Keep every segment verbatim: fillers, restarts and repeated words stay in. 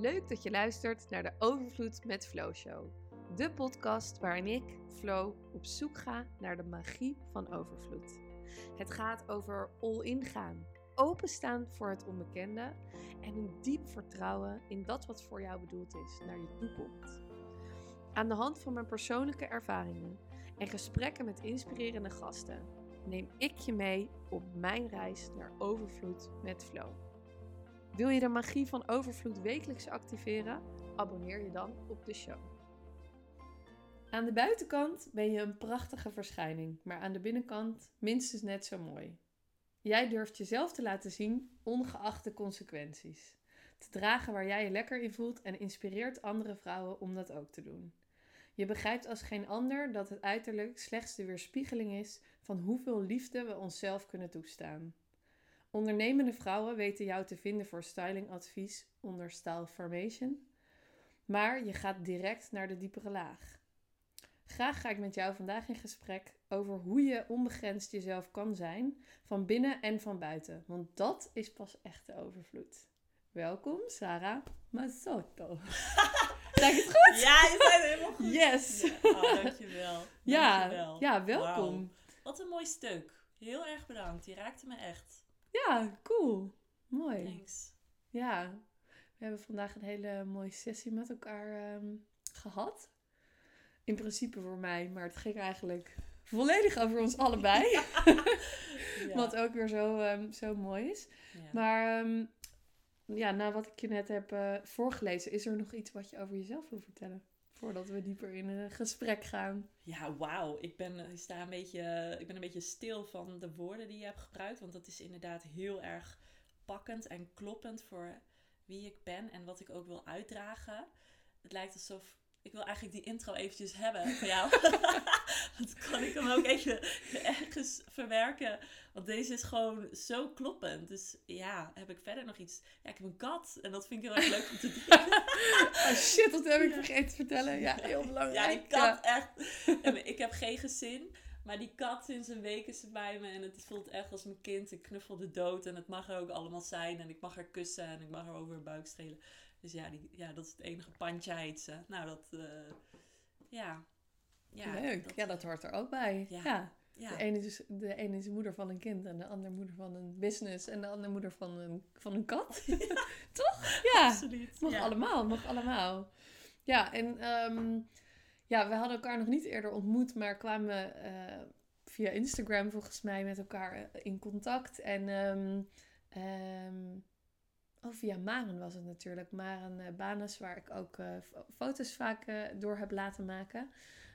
Leuk dat je luistert naar de Overvloed met Flow Show. De podcast waarin ik, Flo, op zoek ga naar de magie van overvloed. Het gaat over all-in gaan, openstaan voor het onbekende en een diep vertrouwen in dat wat voor jou bedoeld is naar je toe komt. Aan de hand van mijn persoonlijke ervaringen en gesprekken met inspirerende gasten neem ik je mee op mijn reis naar overvloed met Flow. Wil je de magie van overvloed wekelijks activeren? Abonneer je dan op de show. Aan de buitenkant ben je een prachtige verschijning, maar aan de binnenkant minstens net zo mooi. Jij durft jezelf te laten zien, ongeacht de consequenties. Te dragen waar jij je lekker in voelt en inspireert andere vrouwen om dat ook te doen. Je begrijpt als geen ander dat het uiterlijk slechts de weerspiegeling is van hoeveel liefde we onszelf kunnen toestaan. Ondernemende vrouwen weten jou te vinden voor stylingadvies onder Styleformation, maar je gaat direct naar de diepere laag. Graag ga ik met jou vandaag in gesprek over hoe je onbegrensd jezelf kan zijn, van binnen en van buiten, want dat is pas echte overvloed. Welkom, Sarah Mazzotto. Zeg ik het goed? Ja, je zei het helemaal goed. Yes. Ja, oh, dankjewel. Ja, dankjewel. ja, welkom. Wauw. Wat een mooi stuk. Heel erg bedankt. Die raakte me echt. Ja, cool. Mooi. Thanks. Ja, we hebben vandaag een hele mooie sessie met elkaar um, gehad. In principe voor mij, maar het ging eigenlijk volledig over ons allebei. Ja. Ja. Wat ook weer zo, um, zo mooi is. Ja. Maar um, ja, na wat ik je net heb uh, voorgelezen, is er nog iets wat je over jezelf wil vertellen? Voordat we dieper in een gesprek gaan. Ja, wauw. Ik ben, ik, sta een beetje, ik ben een beetje stil van de woorden die je hebt gebruikt. Want dat is inderdaad heel erg pakkend en kloppend voor wie ik ben en wat ik ook wil uitdragen. Het lijkt alsof... Ik wil eigenlijk die intro eventjes hebben van jou. Want kan ik hem ook even ergens verwerken. Want deze is gewoon zo kloppend. Dus ja, heb ik verder nog iets... Ja, ik heb een kat. En dat vind ik heel erg leuk om te delen. Oh shit, dat heb ik vergeten te vertellen. Ja, heel belangrijk. Ja, die kat echt. Ik heb geen gezin. Maar die kat sinds een week is ze bij me. En het voelt echt als mijn kind. Ik knuffel de dood. En het mag er ook allemaal zijn. En ik mag haar kussen. En ik mag haar over haar buik strelen. Dus ja, die, ja, dat is het enige pandje heet ze. Nou, dat... Uh, ja. ja. Leuk. Dat, ja, dat hoort er ook bij. Ja. ja. ja. De, ene is, de ene is moeder van een kind. En de andere moeder van een business. En de andere moeder van een, van een kat. Toch? Ja. Absoluut. Mag ja. allemaal. Mag allemaal. Ja, en... Um, ja, we hadden elkaar nog niet eerder ontmoet, maar kwamen uh, via Instagram volgens mij met elkaar in contact. En um, um, oh, via Maren was het natuurlijk. Maren uh, Banes, waar ik ook uh, foto's vaak uh, door heb laten maken.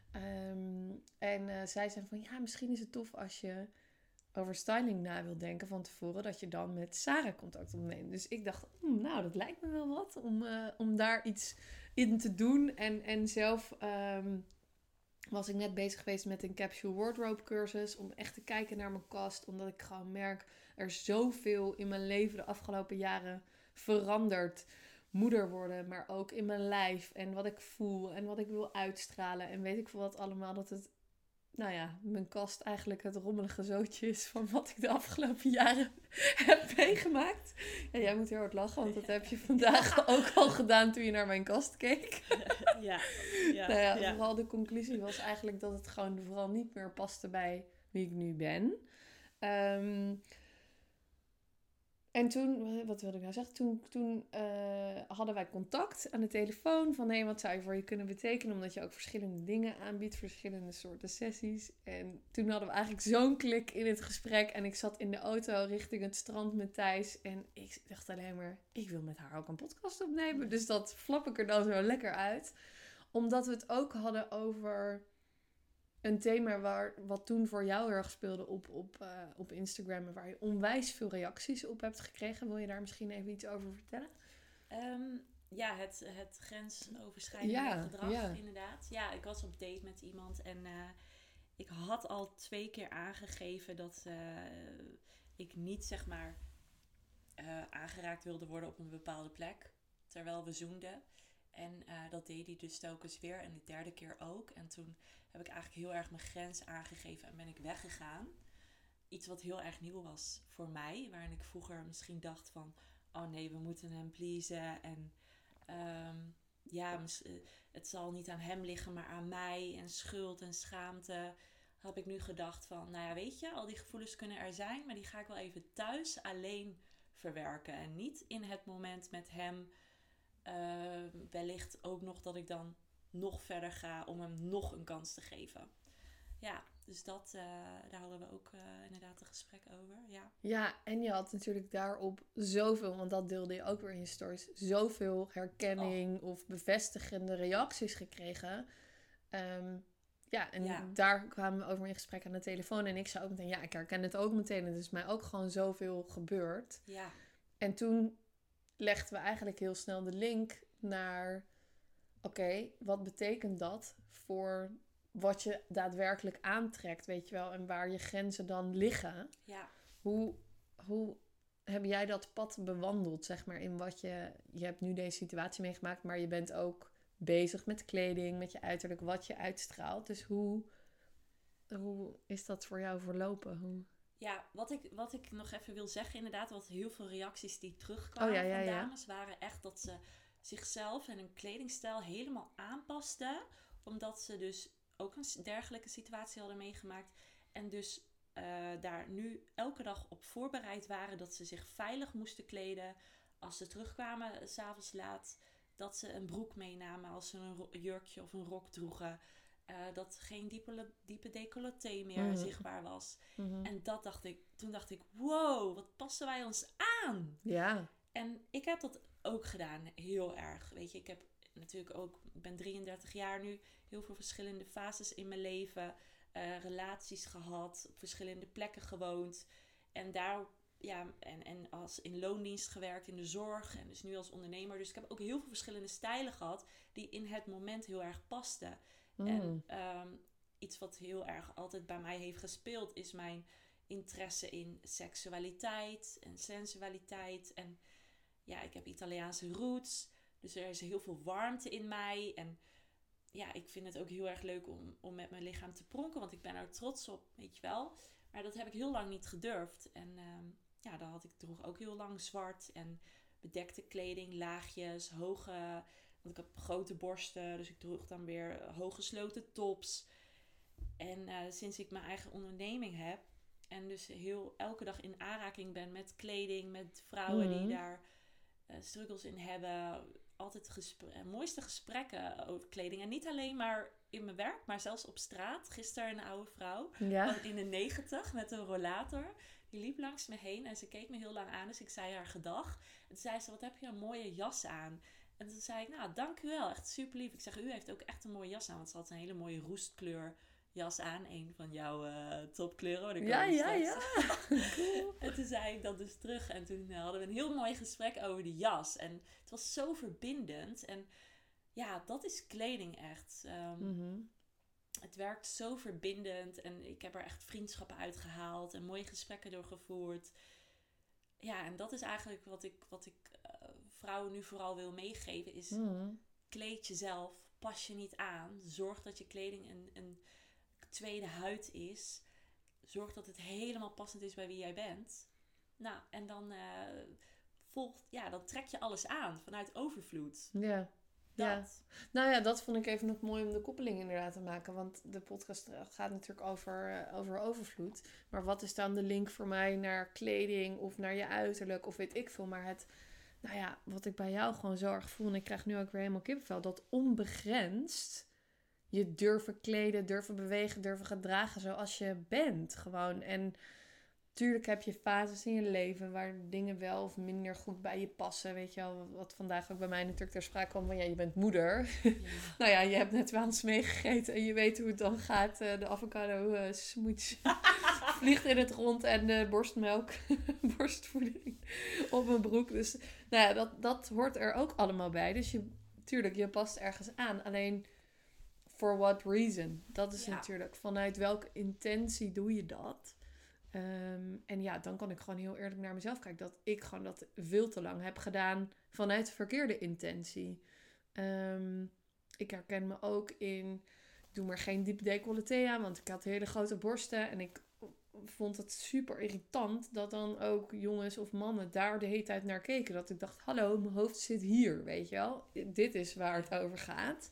Um, en uh, zij zei van, ja, misschien is het tof als je over styling na wil denken van tevoren, dat je dan met Sarah contact opneemt. Dus ik dacht, hm, nou, dat lijkt me wel wat om, uh, om daar iets in te doen. En, en zelf um, was ik net bezig geweest met een capsule wardrobe cursus, om echt te kijken naar mijn kast, omdat ik gewoon merk, er is zoveel in mijn leven de afgelopen jaren veranderd. Moeder worden, maar ook in mijn lijf en wat ik voel en wat ik wil uitstralen en weet ik veel wat allemaal, dat het, nou ja, mijn kast eigenlijk het rommelige zootje is van wat ik de afgelopen jaren heb meegemaakt. Ja, jij moet heel hard lachen, want dat heb je vandaag ook al gedaan toen je naar mijn kast keek. Ja, ja, nou ja, ja. Vooral de conclusie was eigenlijk dat het gewoon vooral niet meer paste bij wie ik nu ben. Um, En toen, wat wilde ik nou zeggen? Toen, toen uh, hadden wij contact aan de telefoon van, hé, hey, wat zou je voor je kunnen betekenen? Omdat je ook verschillende dingen aanbiedt, verschillende soorten sessies. En toen hadden we eigenlijk zo'n klik in het gesprek. En ik zat in de auto richting het strand met Thijs. En ik dacht alleen maar, ik wil met haar ook een podcast opnemen. Dus dat flap ik er dan zo lekker uit. Omdat we het ook hadden over een thema waar, wat toen voor jou heel erg speelde op, op, uh, op Instagram. En waar je onwijs veel reacties op hebt gekregen. Wil je daar misschien even iets over vertellen? Um, ja, het, het grensoverschrijdende ja, gedrag ja. inderdaad. Ja, ik was op date met iemand. En uh, ik had al twee keer aangegeven dat uh, ik niet, zeg maar, uh, aangeraakt wilde worden op een bepaalde plek. Terwijl we zoenden. En uh, dat deed hij dus telkens weer. En de derde keer ook. En toen heb ik eigenlijk heel erg mijn grens aangegeven en ben ik weggegaan. Iets wat heel erg nieuw was voor mij. Waarin ik vroeger misschien dacht van, oh nee, we moeten hem pleasen. En ja, het zal niet aan hem liggen, maar aan mij. En schuld en schaamte. Heb ik nu gedacht van, nou ja, weet je, al die gevoelens kunnen er zijn, maar die ga ik wel even thuis alleen verwerken. En niet in het moment met hem. Uh, wellicht ook nog dat ik dan nog verder ga om hem nog een kans te geven. Ja, dus dat, uh, daar hadden we ook uh, inderdaad een gesprek over. Ja. ja, en je had natuurlijk daarop zoveel, want dat deelde je ook weer in je stories, zoveel herkenning oh. of bevestigende reacties gekregen. Um, ja, en ja. daar kwamen we over in gesprek aan de telefoon. En ik zei ook meteen, ja, ik herken het ook meteen. Het is mij ook gewoon zoveel gebeurd. Ja. En toen legden we eigenlijk heel snel de link naar, oké, okay, wat betekent dat voor wat je daadwerkelijk aantrekt, weet je wel, en waar je grenzen dan liggen. Ja. Hoe, hoe heb jij dat pad bewandeld, zeg maar, in wat je, je hebt nu deze situatie meegemaakt, maar je bent ook bezig met kleding, met je uiterlijk, wat je uitstraalt. Dus hoe, hoe is dat voor jou verlopen? Hoe... Ja, wat ik, wat ik nog even wil zeggen, inderdaad, wat heel veel reacties die terugkwamen oh, ja, ja, van ja. dames, waren echt dat ze zichzelf en hun kledingstijl helemaal aanpasten, omdat ze dus ook een dergelijke situatie hadden meegemaakt en dus uh, daar nu elke dag op voorbereid waren dat ze zich veilig moesten kleden als ze terugkwamen 's avonds laat, dat ze een broek meenamen als ze een ro- jurkje of een rok droegen. Uh, dat geen diepe, diepe decolleté meer mm-hmm. zichtbaar was. Mm-hmm. En dat dacht ik, toen dacht ik, wow, wat passen wij ons aan? Ja. En ik heb dat ook gedaan, heel erg. Weet je, ik heb natuurlijk ook, ik ben drieëndertig jaar nu, heel veel verschillende fases in mijn leven, uh, relaties gehad, op verschillende plekken gewoond. En daar, ja, en, en als in loondienst gewerkt in de zorg en dus nu als ondernemer. Dus ik heb ook heel veel verschillende stijlen gehad die in het moment heel erg pasten. Mm. En um, iets wat heel erg altijd bij mij heeft gespeeld is mijn interesse in seksualiteit en sensualiteit. En ja, ik heb Italiaanse roots, dus er is heel veel warmte in mij. En ja, ik vind het ook heel erg leuk om, om met mijn lichaam te pronken, want ik ben er trots op, weet je wel. Maar dat heb ik heel lang niet gedurfd. En um, ja, dan had ik droeg ook heel lang zwart en bedekte kleding, laagjes, hoge... Want ik heb grote borsten, dus ik droeg dan weer hooggesloten tops. En uh, sinds ik mijn eigen onderneming heb en dus heel elke dag in aanraking ben met kleding, met vrouwen mm-hmm. die daar uh, struggles in hebben. Altijd gespre- uh, mooiste gesprekken over kleding. En niet alleen maar in mijn werk, maar zelfs op straat. Gisteren een oude vrouw ja. van in de negentig met een rollator. Die liep langs me heen en ze keek me heel lang aan. Dus ik zei haar gedag. En toen zei ze, wat heb je een mooie jas aan? En toen zei ik, nou, dank u wel. Echt super lief. Ik zeg, u heeft ook echt een mooie jas aan. Want ze had een hele mooie roestkleur jas aan. Een van jouw uh, topkleuren. Ja, ja, ja. Cool. En toen zei ik dat dus terug. En toen hadden we een heel mooi gesprek over die jas. En het was zo verbindend. En ja, dat is kleding echt. Um, mm-hmm. Het werkt zo verbindend. En ik heb er echt vriendschappen uitgehaald. En mooie gesprekken doorgevoerd. Ja, en dat is eigenlijk wat ik... Wat ik vrouwen nu vooral wil meegeven is mm. kleed jezelf, pas je niet aan, zorg dat je kleding een, een tweede huid is, zorg dat het helemaal passend is bij wie jij bent. Nou, en dan uh, volgt, ja, dan trek je alles aan vanuit overvloed. Ja. Ja. Nou ja, dat vond ik even nog mooi om de koppeling inderdaad te maken. Want de podcast gaat natuurlijk over, uh, over overvloed. Maar wat is dan de link voor mij naar kleding of naar je uiterlijk of weet ik veel. Maar het... Nou ja, wat ik bij jou gewoon zo erg voel, en ik krijg nu ook weer helemaal kippenvel, dat onbegrensd je durven kleden, durven bewegen, durven gedragen zoals je bent. Gewoon. En tuurlijk heb je fases in je leven waar dingen wel of minder goed bij je passen. Weet je wel, wat vandaag ook bij mij natuurlijk ter sprake kwam van, ja, je bent moeder. Ja. Nou ja, je hebt net wel eens meegegeten en je weet hoe het dan gaat. Uh, de avocado uh, smooch vliegt in het rond en de borstmelk, borstvoeding op mijn broek. Dus nou ja, dat, dat hoort er ook allemaal bij. Dus je, tuurlijk, je past ergens aan. Alleen, for what reason? Dat is ja. natuurlijk, vanuit welke intentie doe je dat? Um, en ja, dan kan ik gewoon heel eerlijk naar mezelf kijken. Dat ik gewoon dat veel te lang heb gedaan vanuit de verkeerde intentie. Um, ik herken me ook in, ik doe maar geen diep decolleté aan, want ik had hele grote borsten. En ik vond het super irritant dat dan ook jongens of mannen daar de hele tijd naar keken. Dat ik dacht, hallo, mijn hoofd zit hier, weet je wel. Dit is waar het over gaat.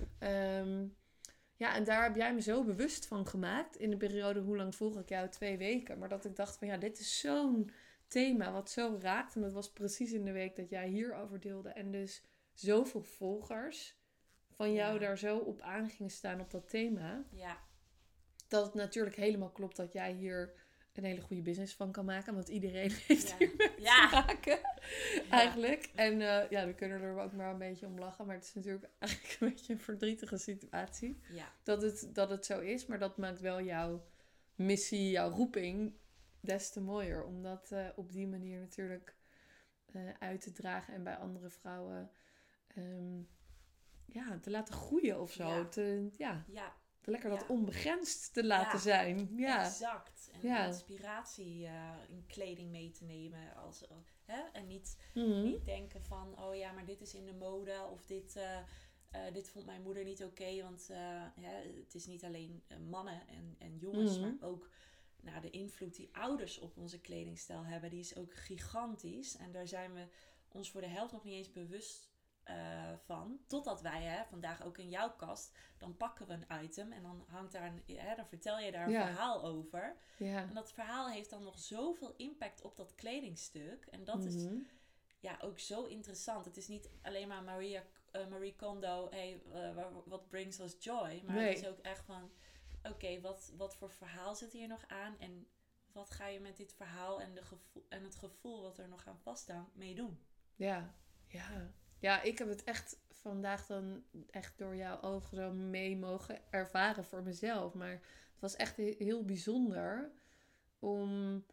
Um, ja, en daar heb jij me zo bewust van gemaakt. In de periode, hoe lang volg ik jou? Twee weken. Maar dat ik dacht van, ja, dit is zo'n thema wat zo raakt. En dat was precies in de week dat jij hierover deelde. En dus zoveel volgers van jou ja. daar zo op aan gingen staan op dat thema. Ja. Dat het natuurlijk helemaal klopt dat jij hier een hele goede business van kan maken. Want iedereen heeft ja. hiermee ja. te maken. Ja. Eigenlijk. En uh, ja, we kunnen er ook maar een beetje om lachen. Maar het is natuurlijk eigenlijk een beetje een verdrietige situatie. Ja. Dat het, dat het zo is. Maar dat maakt wel jouw missie, jouw roeping des te mooier. Om dat uh, op die manier natuurlijk uh, uit te dragen. En bij andere vrouwen um, ja, te laten groeien of zo. Ja. Te, ja. ja. Te lekker dat ja. onbegrensd te laten ja. zijn. Ja, exact. En ja. inspiratie uh, in kleding mee te nemen. Als, uh, hè? En niet, mm-hmm. niet denken van, oh ja, maar dit is in de mode. Of dit, uh, uh, dit vond mijn moeder niet oké. Okay, want uh, hè, het is niet alleen uh, mannen en, en jongens. Mm-hmm. Maar ook nou, de invloed die ouders op onze kledingstijl hebben. Die is ook gigantisch. En daar zijn we ons voor de helft nog niet eens bewust Uh, van. Totdat wij hè, vandaag ook in jouw kast, dan pakken we een item en dan hangt daar een, hè, dan vertel je daar een ja. verhaal over. Ja. En dat verhaal heeft dan nog zoveel impact op dat kledingstuk. En dat mm-hmm. is ja ook zo interessant. Het is niet alleen maar Maria, uh, Marie Kondo, hey, uh, what brings us joy. Maar nee. het is ook echt van, oké, okay, wat, wat voor verhaal zit hier nog aan? En wat ga je met dit verhaal en, de gevoel, en het gevoel wat er nog aan vasthangt mee doen? Ja, ja. Ja, ik heb het echt vandaag dan echt door jouw ogen zo mee mogen ervaren voor mezelf. Maar het was echt heel bijzonder om...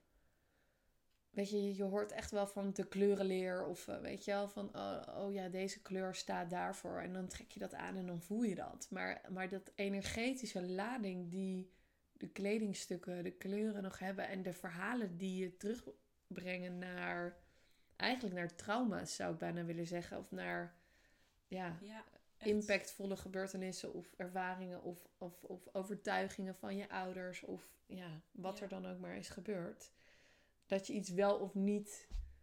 Weet je, je hoort echt wel van de kleurenleer of weet je wel van... Oh, oh ja, deze kleur staat daarvoor. En dan trek je dat aan en dan voel je dat. Maar, maar dat energetische lading die de kledingstukken, de kleuren nog hebben... en de verhalen die je terugbrengen naar... Eigenlijk naar trauma's zou ik bijna willen zeggen. Of naar ja, ja, impactvolle gebeurtenissen of ervaringen of, of, of overtuigingen van je ouders. Of ja, wat ja. er dan ook maar is gebeurd. Dat je iets wel of niet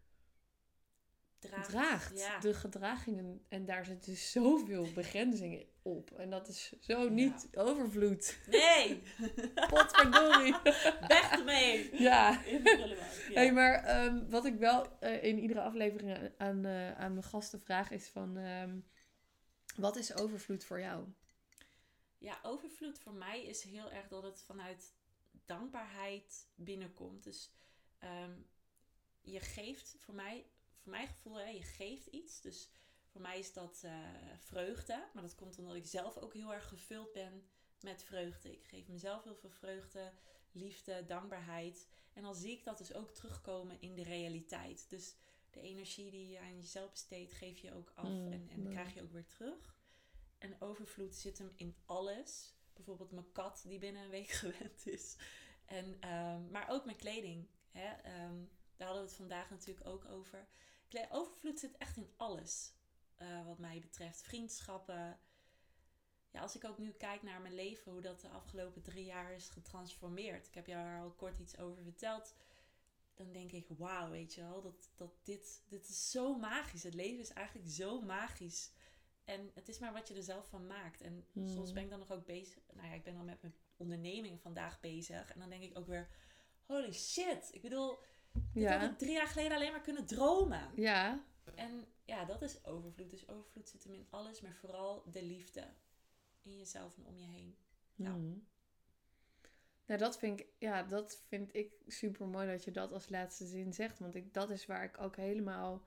draagt. draagt. Ja. De gedragingen. En daar zit dus zoveel begrenzingen op. En dat is zo niet ja. overvloed. Nee! Potverdorie. Weg ermee! Ja. In de prullenbak. Ja. Hey, maar um, wat ik wel uh, in iedere aflevering aan, uh, aan mijn gasten vraag is van... Um, wat is overvloed voor jou? Ja, overvloed voor mij is heel erg dat het vanuit dankbaarheid binnenkomt. Dus um, je geeft, voor mij, voor mijn gevoel, hè, je geeft iets. Dus voor mij is dat uh, vreugde. Maar dat komt omdat ik zelf ook heel erg gevuld ben met vreugde. Ik geef mezelf heel veel vreugde, liefde, dankbaarheid. En dan zie ik dat dus ook terugkomen in de realiteit. Dus de energie die je aan jezelf besteedt, geef je ook af mm, en, en mm. krijg je ook weer terug. En overvloed zit hem in alles. Bijvoorbeeld mijn kat die binnen een week gewend is. En, um, maar ook mijn kleding. Hè? Um, daar hadden we het vandaag natuurlijk ook over. Overvloed zit echt in alles. Uh, wat mij betreft. Vriendschappen. Ja, als ik ook nu kijk naar mijn leven. Hoe dat de afgelopen drie jaar is getransformeerd. Ik heb jou daar al kort iets over verteld. Dan denk ik, wauw, weet je wel. Dat, dat dit, dit is zo magisch. Het leven is eigenlijk zo magisch. En het is maar wat je er zelf van maakt. En mm. soms ben ik dan nog ook bezig. Nou ja, ik ben dan met mijn onderneming vandaag bezig. En dan denk ik ook weer, holy shit. Ik bedoel, dit ja. had ik drie jaar geleden alleen maar kunnen dromen. Ja. En ja, dat is overvloed. Dus overvloed zit hem in alles. Maar vooral de liefde. In jezelf en om je heen. Ja. Mm. Nou, dat vind ik, ja, dat vind ik super mooi dat je dat als laatste zin zegt. Want ik, dat is waar ik ook helemaal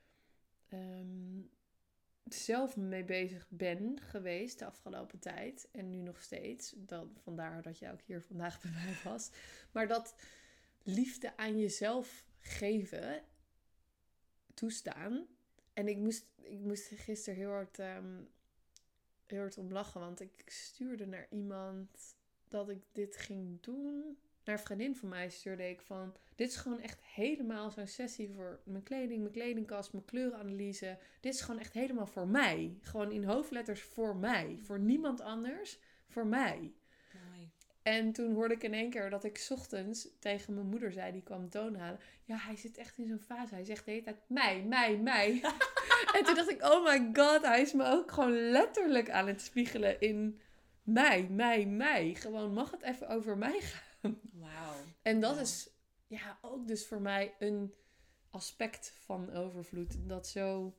um, zelf mee bezig ben geweest de afgelopen tijd. En nu nog steeds. Dat, vandaar dat je ook hier vandaag bij mij was. Maar dat liefde aan jezelf geven, toestaan. En ik moest, ik moest gisteren heel hard, um, heel hard om lachen. Want ik stuurde naar iemand dat ik dit ging doen. Naar een vriendin van mij stuurde ik van... Dit is gewoon echt helemaal zo'n sessie voor mijn kleding, mijn kledingkast, mijn kleurenanalyse. Dit is gewoon echt helemaal voor mij. Gewoon in hoofdletters voor mij. Voor niemand anders, voor mij. Mooi. En toen hoorde ik in één keer dat ik 's ochtends tegen mijn moeder zei, die kwam toon halen. Ja, hij zit echt in zo'n fase. Hij zegt de hele tijd, mij, mij, mij. En toen dacht ik, oh my god, hij is me ook gewoon letterlijk aan het spiegelen in mij, mij, mij. Gewoon, mag het even over mij gaan? Wauw. En dat ja. is ja ook dus voor mij een aspect van overvloed. Dat zo,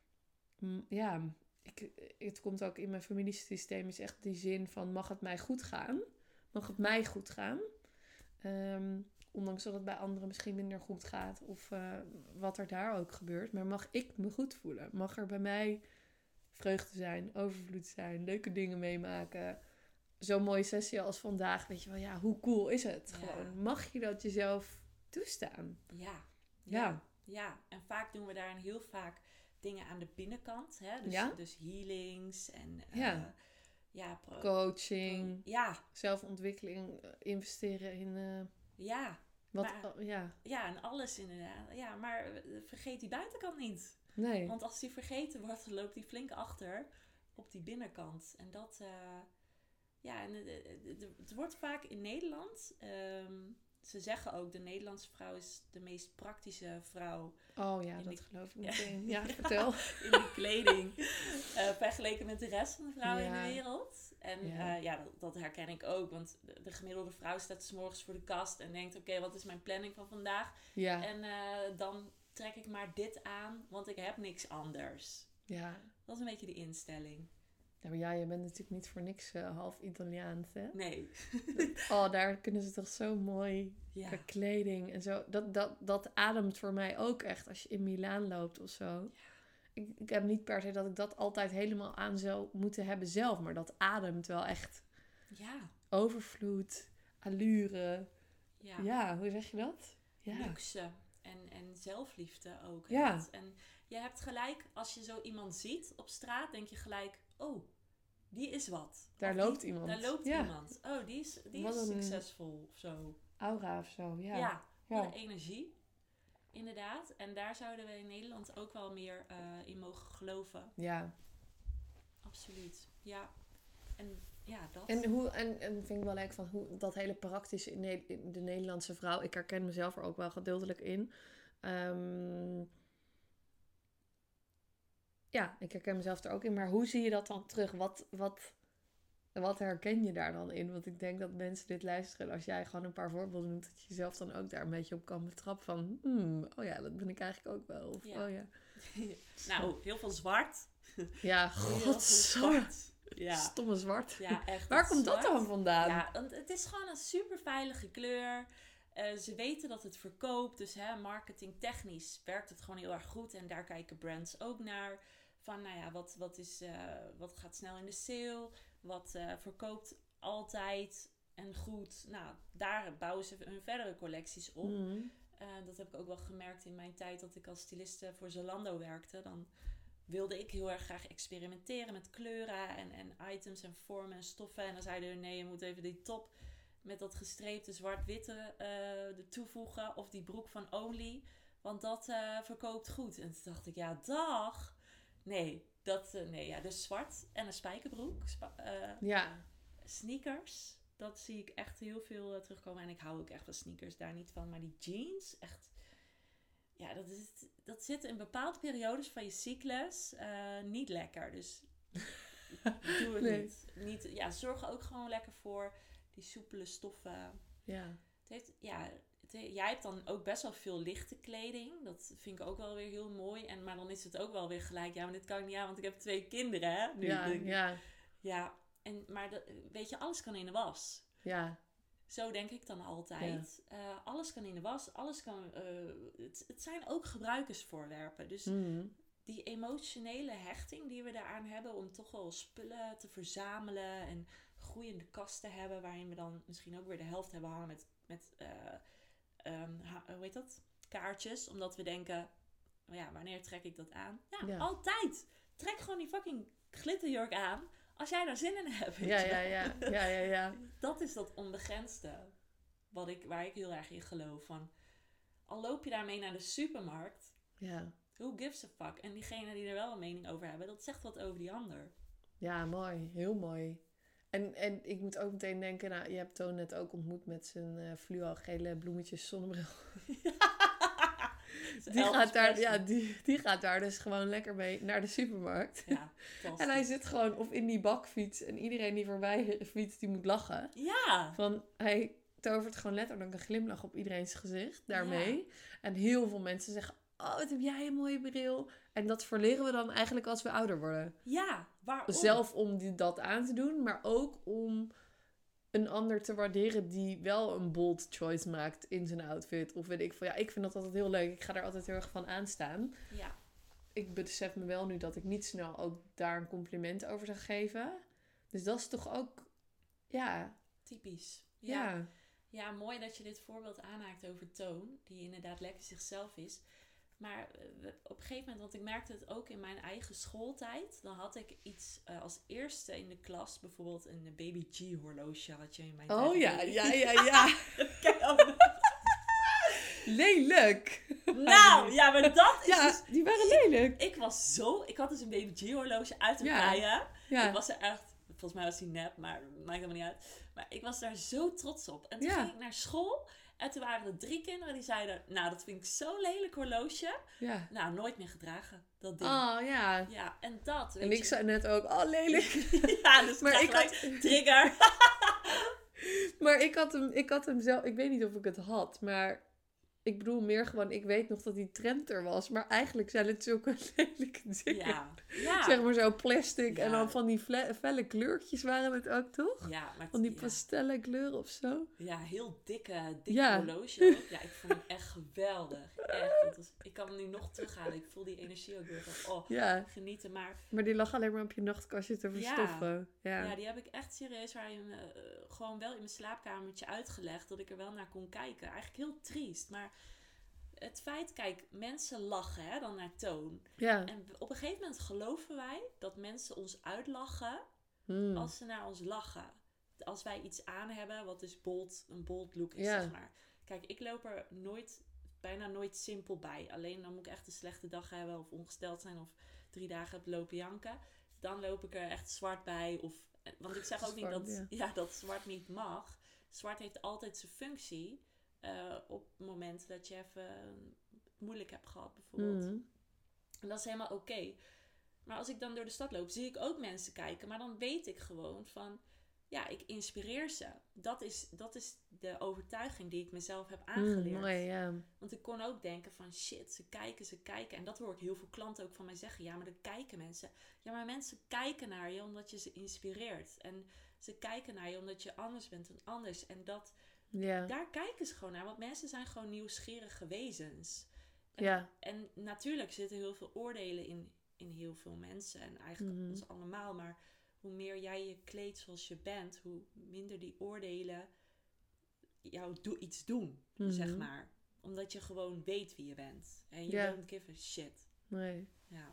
mm, ja, ik, het komt ook in mijn familiesysteem, is echt die zin van, mag het mij goed gaan? Mag het mij goed gaan? Um, ondanks dat het bij anderen misschien minder goed gaat. Of uh, wat er daar ook gebeurt. Maar mag ik me goed voelen? Mag er bij mij vreugde zijn, overvloed zijn, leuke dingen meemaken? Zo'n mooie sessie als vandaag. Weet je wel, ja, hoe cool is het? Ja. Gewoon, mag je dat jezelf toestaan? Ja. Ja. Ja. Ja. En vaak doen we daarin heel vaak dingen aan de binnenkant. Hè? Dus, ja? dus healings en... Uh, ja. Ja, pro- coaching, pro- ja. zelfontwikkeling, investeren in... Uh, ja. Wat, maar, oh, ja. ja, en alles inderdaad. Ja, maar vergeet die buitenkant niet. Nee. Want als die vergeten wordt, dan loopt die flink achter op die binnenkant. En dat... Uh, ja, en het, het wordt vaak in Nederland... Um, ze zeggen ook, de Nederlandse vrouw is de meest praktische vrouw. Oh ja, dat die, geloof ik meteen. Ja, ja, vertel. In die kleding. Uh, vergeleken met de rest van de vrouwen ja. in de wereld. En ja, uh, ja dat, dat herken ik ook. Want de, de gemiddelde vrouw staat 's morgens voor de kast en denkt... Oké, okay, wat is mijn planning van vandaag? Ja. En uh, dan trek ik maar dit aan, want ik heb niks anders. Ja. Dat is een beetje de instelling. Ja, maar ja, je bent natuurlijk niet voor niks uh, half Italiaans, hè? Nee. Oh, daar kunnen ze toch zo mooi ja. kleding en zo. Dat, dat, dat ademt voor mij ook echt als je in Milaan loopt of zo. Ja. Ik, ik heb niet per se dat ik dat altijd helemaal aan zou moeten hebben zelf. Maar dat ademt wel echt. Ja. Overvloed, allure. Ja. Ja, hoe zeg je dat? Ja. Luxe en, en zelfliefde ook. Ja. Echt. En je hebt gelijk, als je zo iemand ziet op straat, denk je gelijk... Oh, die is wat. Daar of loopt die, iemand. Daar loopt ja. iemand. Oh, die is, die wat is een succesvol of zo. Aura of zo, ja. Ja, ja. wat een energie. Inderdaad. En daar zouden we in Nederland ook wel meer uh, in mogen geloven. Ja. Absoluut. Ja. En ja, dat. En, hoe, en, en vind ik wel leuk van hoe dat hele praktische in, ne- in de Nederlandse vrouw. Ik herken mezelf er ook wel gedeeltelijk in. Um, ja, ik herken mezelf er ook in. Maar hoe zie je dat dan terug? Wat, wat, wat herken je daar dan in? Want ik denk dat mensen dit luisteren. Als jij gewoon een paar voorbeelden noemt, dat je jezelf dan ook daar een beetje op kan betrappen. Van, hmm, oh ja, dat ben ik eigenlijk ook wel. Of, ja. oh ja. Nou, heel veel zwart. Ja, godzwart. Ja. Stomme zwart. Ja, echt. Waar komt zwart. dat dan vandaan? Ja, want het is gewoon een super veilige kleur. Uh, ze weten dat het verkoopt. Dus hè, marketingtechnisch werkt het gewoon heel erg goed. En daar kijken brands ook naar. Van nou ja, wat, wat, is, uh, wat gaat snel in de sale? Wat uh, verkoopt altijd en goed? Nou, daar bouwen ze hun verdere collecties op. Mm. Uh, dat heb ik ook wel gemerkt in mijn tijd dat ik als styliste voor Zalando werkte. Dan wilde ik heel erg graag experimenteren met kleuren en, en items en vormen en stoffen. En dan zeiden we, nee, je moet even die top met dat gestreepte zwart-witte uh, toevoegen. Of die broek van Only, want dat uh, verkoopt goed. En toen dacht ik, ja, dag. Nee, dat, uh, nee, ja, dus zwart en een spijkerbroek. Spa- uh, ja. Sneakers, dat zie ik echt heel veel uh, terugkomen. En ik hou ook echt van sneakers, daar niet van. Maar die jeans, echt... Ja, dat, is, dat zit in bepaalde periodes van je cyclus uh, niet lekker. Dus doe het nee. niet. niet. Ja, zorg er ook gewoon lekker voor die soepele stoffen. Ja. Het heeft, ja, het, jij hebt dan ook best wel veel lichte kleding. Dat vind ik ook wel weer heel mooi. En, maar dan is het ook wel weer gelijk. Ja, maar dit kan ik niet aan, want ik heb twee kinderen. Hè? Nu, ja, denk ik. ja. Ja, en, maar dat, weet je, alles kan in de was. Ja. Zo denk ik dan altijd. Ja. Uh, alles kan in de was. Alles kan... Uh, het, het zijn ook gebruikersvoorwerpen. Dus mm-hmm. die emotionele hechting die we daaraan hebben... om toch wel spullen te verzamelen... en groeiende kasten hebben... waarin we dan misschien ook weer de helft hebben hangen met... met uh, um, ha- hoe heet dat? Kaartjes. Omdat we denken... ja, wanneer trek ik dat aan? Ja, ja, altijd! Trek gewoon die fucking glitterjurk aan... als jij daar zin in hebt. Ja, ja, ja, ja, ja, ja. Dat is dat onbegrensde. Wat ik, waar ik heel erg in geloof. Van, al loop je daarmee naar de supermarkt. Ja. Who gives a fuck? En diegene die er wel een mening over hebben. Dat zegt wat over die ander. Ja, mooi. Heel mooi. En, en ik moet ook meteen denken, nou, je hebt Toon net ook ontmoet met zijn uh, fluo-gele bloemetjes zonnebril. die, gaat daar, ja, die, die gaat daar dus gewoon lekker mee naar de supermarkt. Ja, en hij zit gewoon of in die bakfiets en iedereen die voorbij fietst, die moet lachen. Ja. Van, hij tovert gewoon letterlijk een glimlach op iedereen's gezicht daarmee. Ja. En heel veel mensen zeggen, oh, wat heb jij een mooie bril. En dat verleren we dan eigenlijk als we ouder worden. Ja, waarom? Zelf om die, dat aan te doen, maar ook om een ander te waarderen die wel een bold choice maakt in zijn outfit. Of weet ik veel. Ja, ik vind dat altijd heel leuk. Ik ga daar altijd heel erg van aanstaan. Ja. Ik besef me wel nu dat ik niet snel ook daar een compliment over zou geven. Dus dat is toch ook, ja. Typisch. Ja. Ja, ja mooi dat je dit voorbeeld aanhaakt over Toon. Die inderdaad lekker zichzelf is. Maar op een gegeven moment, want ik merkte het ook in mijn eigen schooltijd. Dan had ik iets uh, als eerste in de klas, bijvoorbeeld een Baby G horloge had je in mijn tijd. Oh ja, ja, ja, ja. Lelijk. Nou, ja, maar dat is ja, dus... die waren lelijk. Ik, ik was zo... Ik had dus een Baby G horloge uit Turkije. Ja. Ja. Ik was er echt... Volgens mij was die nep, maar maakt helemaal niet uit. Maar ik was daar zo trots op. En toen ja. ging ik naar school... En toen waren er drie kinderen die zeiden... Nou, dat vind ik zo'n lelijk horloge. Ja. Nou, nooit meer gedragen. Dat ding. Oh, ja. Ja, en dat... En ik je... zei net ook... Oh, lelijk. ja, dus maar ik had... Trigger. maar ik had, hem, ik had hem zelf... Ik weet niet of ik het had, maar... Ik bedoel meer gewoon... Ik weet nog dat die trend er was. Maar eigenlijk zijn het zulke lelijke dingen. Ja. ja. Zeg maar zo plastic. Ja. En dan van die fle- felle kleurtjes waren het ook, toch? Ja. Maar van die ja. pastellen kleuren of zo. Ja, heel dikke, dikke ja. horloge ook. Ja, ik vond hem echt geweldig. Echt. Dat was, ik kan hem nu nog terughalen. Ik voel die energie ook weer van... Oh, ja. genieten. Maar... Maar die lag alleen maar op je nachtkastje te verstoffen. Ja. Ja. ja, die heb ik echt serieus waar je, uh, gewoon wel in mijn slaapkamertje uitgelegd. Dat ik er wel naar kon kijken. Eigenlijk heel triest. Maar... Het feit, kijk, mensen lachen hè, dan naar Toon. Ja. En op een gegeven moment geloven wij dat mensen ons uitlachen hmm. als ze naar ons lachen. Als wij iets aan hebben wat dus bold, een bold look is, ja. zeg maar. Kijk, ik loop er nooit, bijna nooit simpel bij. Alleen dan moet ik echt een slechte dag hebben of ongesteld zijn of drie dagen heb lopen janken. Dan loop ik er echt zwart bij. Of, want ik zeg ook zwart, niet dat, ja. Ja, dat zwart niet mag. Zwart heeft altijd zijn functie. Uh, op het moment dat je even moeilijk hebt gehad, bijvoorbeeld. Mm. En dat is helemaal oké. Okay. Maar als ik dan door de stad loop, zie ik ook mensen kijken. Maar dan weet ik gewoon van... Ja, ik inspireer ze. Dat is, dat is de overtuiging die ik mezelf heb aangeleerd. Mm, mooi, ja. Want ik kon ook denken van... Shit, ze kijken, ze kijken. En dat hoor ik heel veel klanten ook van mij zeggen. Ja, maar dan kijken mensen. Ja, maar mensen kijken naar je omdat je ze inspireert. En ze kijken naar je omdat je anders bent dan anders. En dat... Ja. Daar kijken ze gewoon naar. Want mensen zijn gewoon nieuwsgierige wezens. En, ja. en natuurlijk zitten heel veel oordelen in, in heel veel mensen. En eigenlijk mm-hmm. ons allemaal. Maar hoe meer jij je kleedt zoals je bent... hoe minder die oordelen jou do- iets doen. Mm-hmm. Zeg maar. Omdat je gewoon weet wie je bent. En you ja. don't give a shit. Nee. Ja.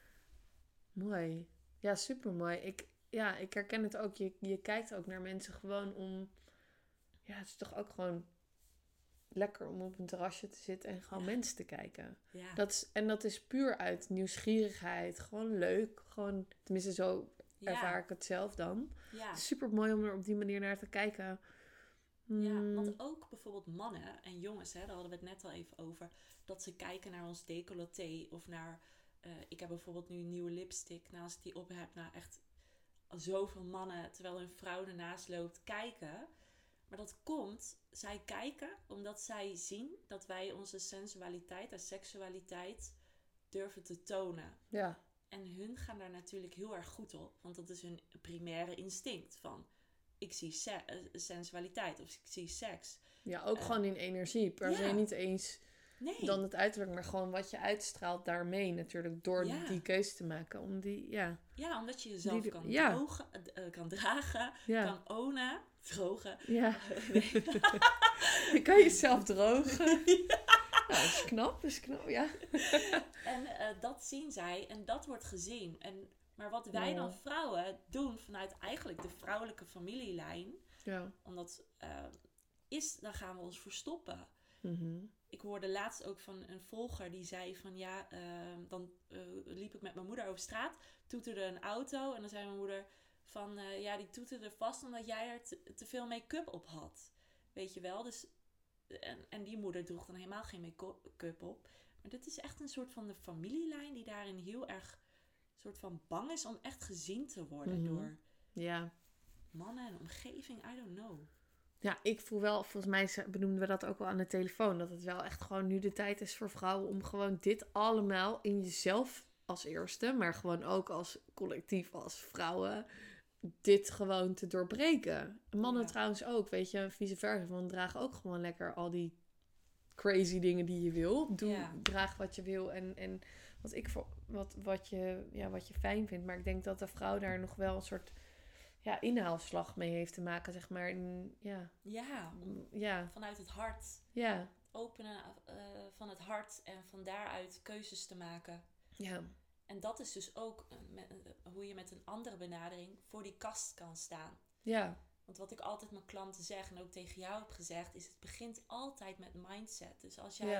Mooi. Ja, super mooi. Ik, ja, ik herken het ook. Je, je kijkt ook naar mensen gewoon om... Ja, het is toch ook gewoon lekker om op een terrasje te zitten en gewoon ja. mensen te kijken. Ja. Dat is, en dat is puur uit nieuwsgierigheid. Gewoon leuk. Gewoon, tenminste zo ervaar ja. ik het zelf dan. Ja. Super mooi om er op die manier naar te kijken. Mm. Ja, want ook bijvoorbeeld mannen en jongens, hè, daar hadden we het net al even over. Dat ze kijken naar ons decolleté of naar... Uh, ik heb bijvoorbeeld nu een nieuwe lipstick. Nou, als ik die op heb, nou echt zoveel mannen, terwijl hun vrouw ernaast loopt, kijken... Maar dat komt, zij kijken omdat zij zien dat wij onze sensualiteit en seksualiteit durven te tonen. Ja. En hun gaan daar natuurlijk heel erg goed op. Want dat is hun primaire instinct van... Ik zie se- uh, sensualiteit of ik zie seks. Ja, ook uh, gewoon in energie. Per se ja. niet eens nee. dan het uiterlijk, maar gewoon wat je uitstraalt daarmee natuurlijk. Door ja. die keuze te maken. Om die, ja. ja, omdat je jezelf die, kan, ja. drogen, uh, kan dragen, ja. kan ownen. Drogen. Ja. Nee. Je kan jezelf drogen. Ja. Nou, dat is knap, dat is knap, ja. En uh, dat zien zij en dat wordt gezien. En, maar wat wij ja. dan vrouwen doen vanuit eigenlijk de vrouwelijke familielijn... Ja. Omdat uh, is, dan gaan we ons verstoppen. Mm-hmm. Ik hoorde laatst ook van een volger die zei van ja, uh, dan uh, liep ik met mijn moeder over straat, toeterde een auto en dan zei mijn moeder... van uh, ja, die toeterde vast omdat jij er te, te veel make-up op had. Weet je wel? Dus, en, en die moeder droeg dan helemaal geen make-up op. Maar dit is echt een soort van de familielijn die daarin heel erg soort van bang is om echt gezien te worden mm-hmm. door ja. mannen en omgeving. I don't know. Ja, ik voel wel, volgens mij benoemden we dat ook wel aan de telefoon, dat het wel echt gewoon nu de tijd is voor vrouwen om gewoon dit allemaal in jezelf als eerste, maar gewoon ook als collectief, als vrouwen, dit gewoon te doorbreken. Mannen ja. trouwens ook, weet je, vice versa, want draag ook gewoon lekker al die crazy dingen die je wil. Doe, ja. Draag wat je wil en, en wat ik voor, wat, wat, je, ja, wat je fijn vindt. Maar ik denk dat de vrouw daar nog wel een soort ja, inhaalslag mee heeft te maken, zeg maar. En, ja. Ja, ja, vanuit het hart. Ja. Openen uh, van het hart en van daaruit keuzes te maken. Ja. En dat is dus ook uh, met, uh, hoe je met een andere benadering voor die kast kan staan. Ja. Want wat ik altijd mijn klanten zeg en ook tegen jou heb gezegd, is het begint altijd met mindset. Dus als jij,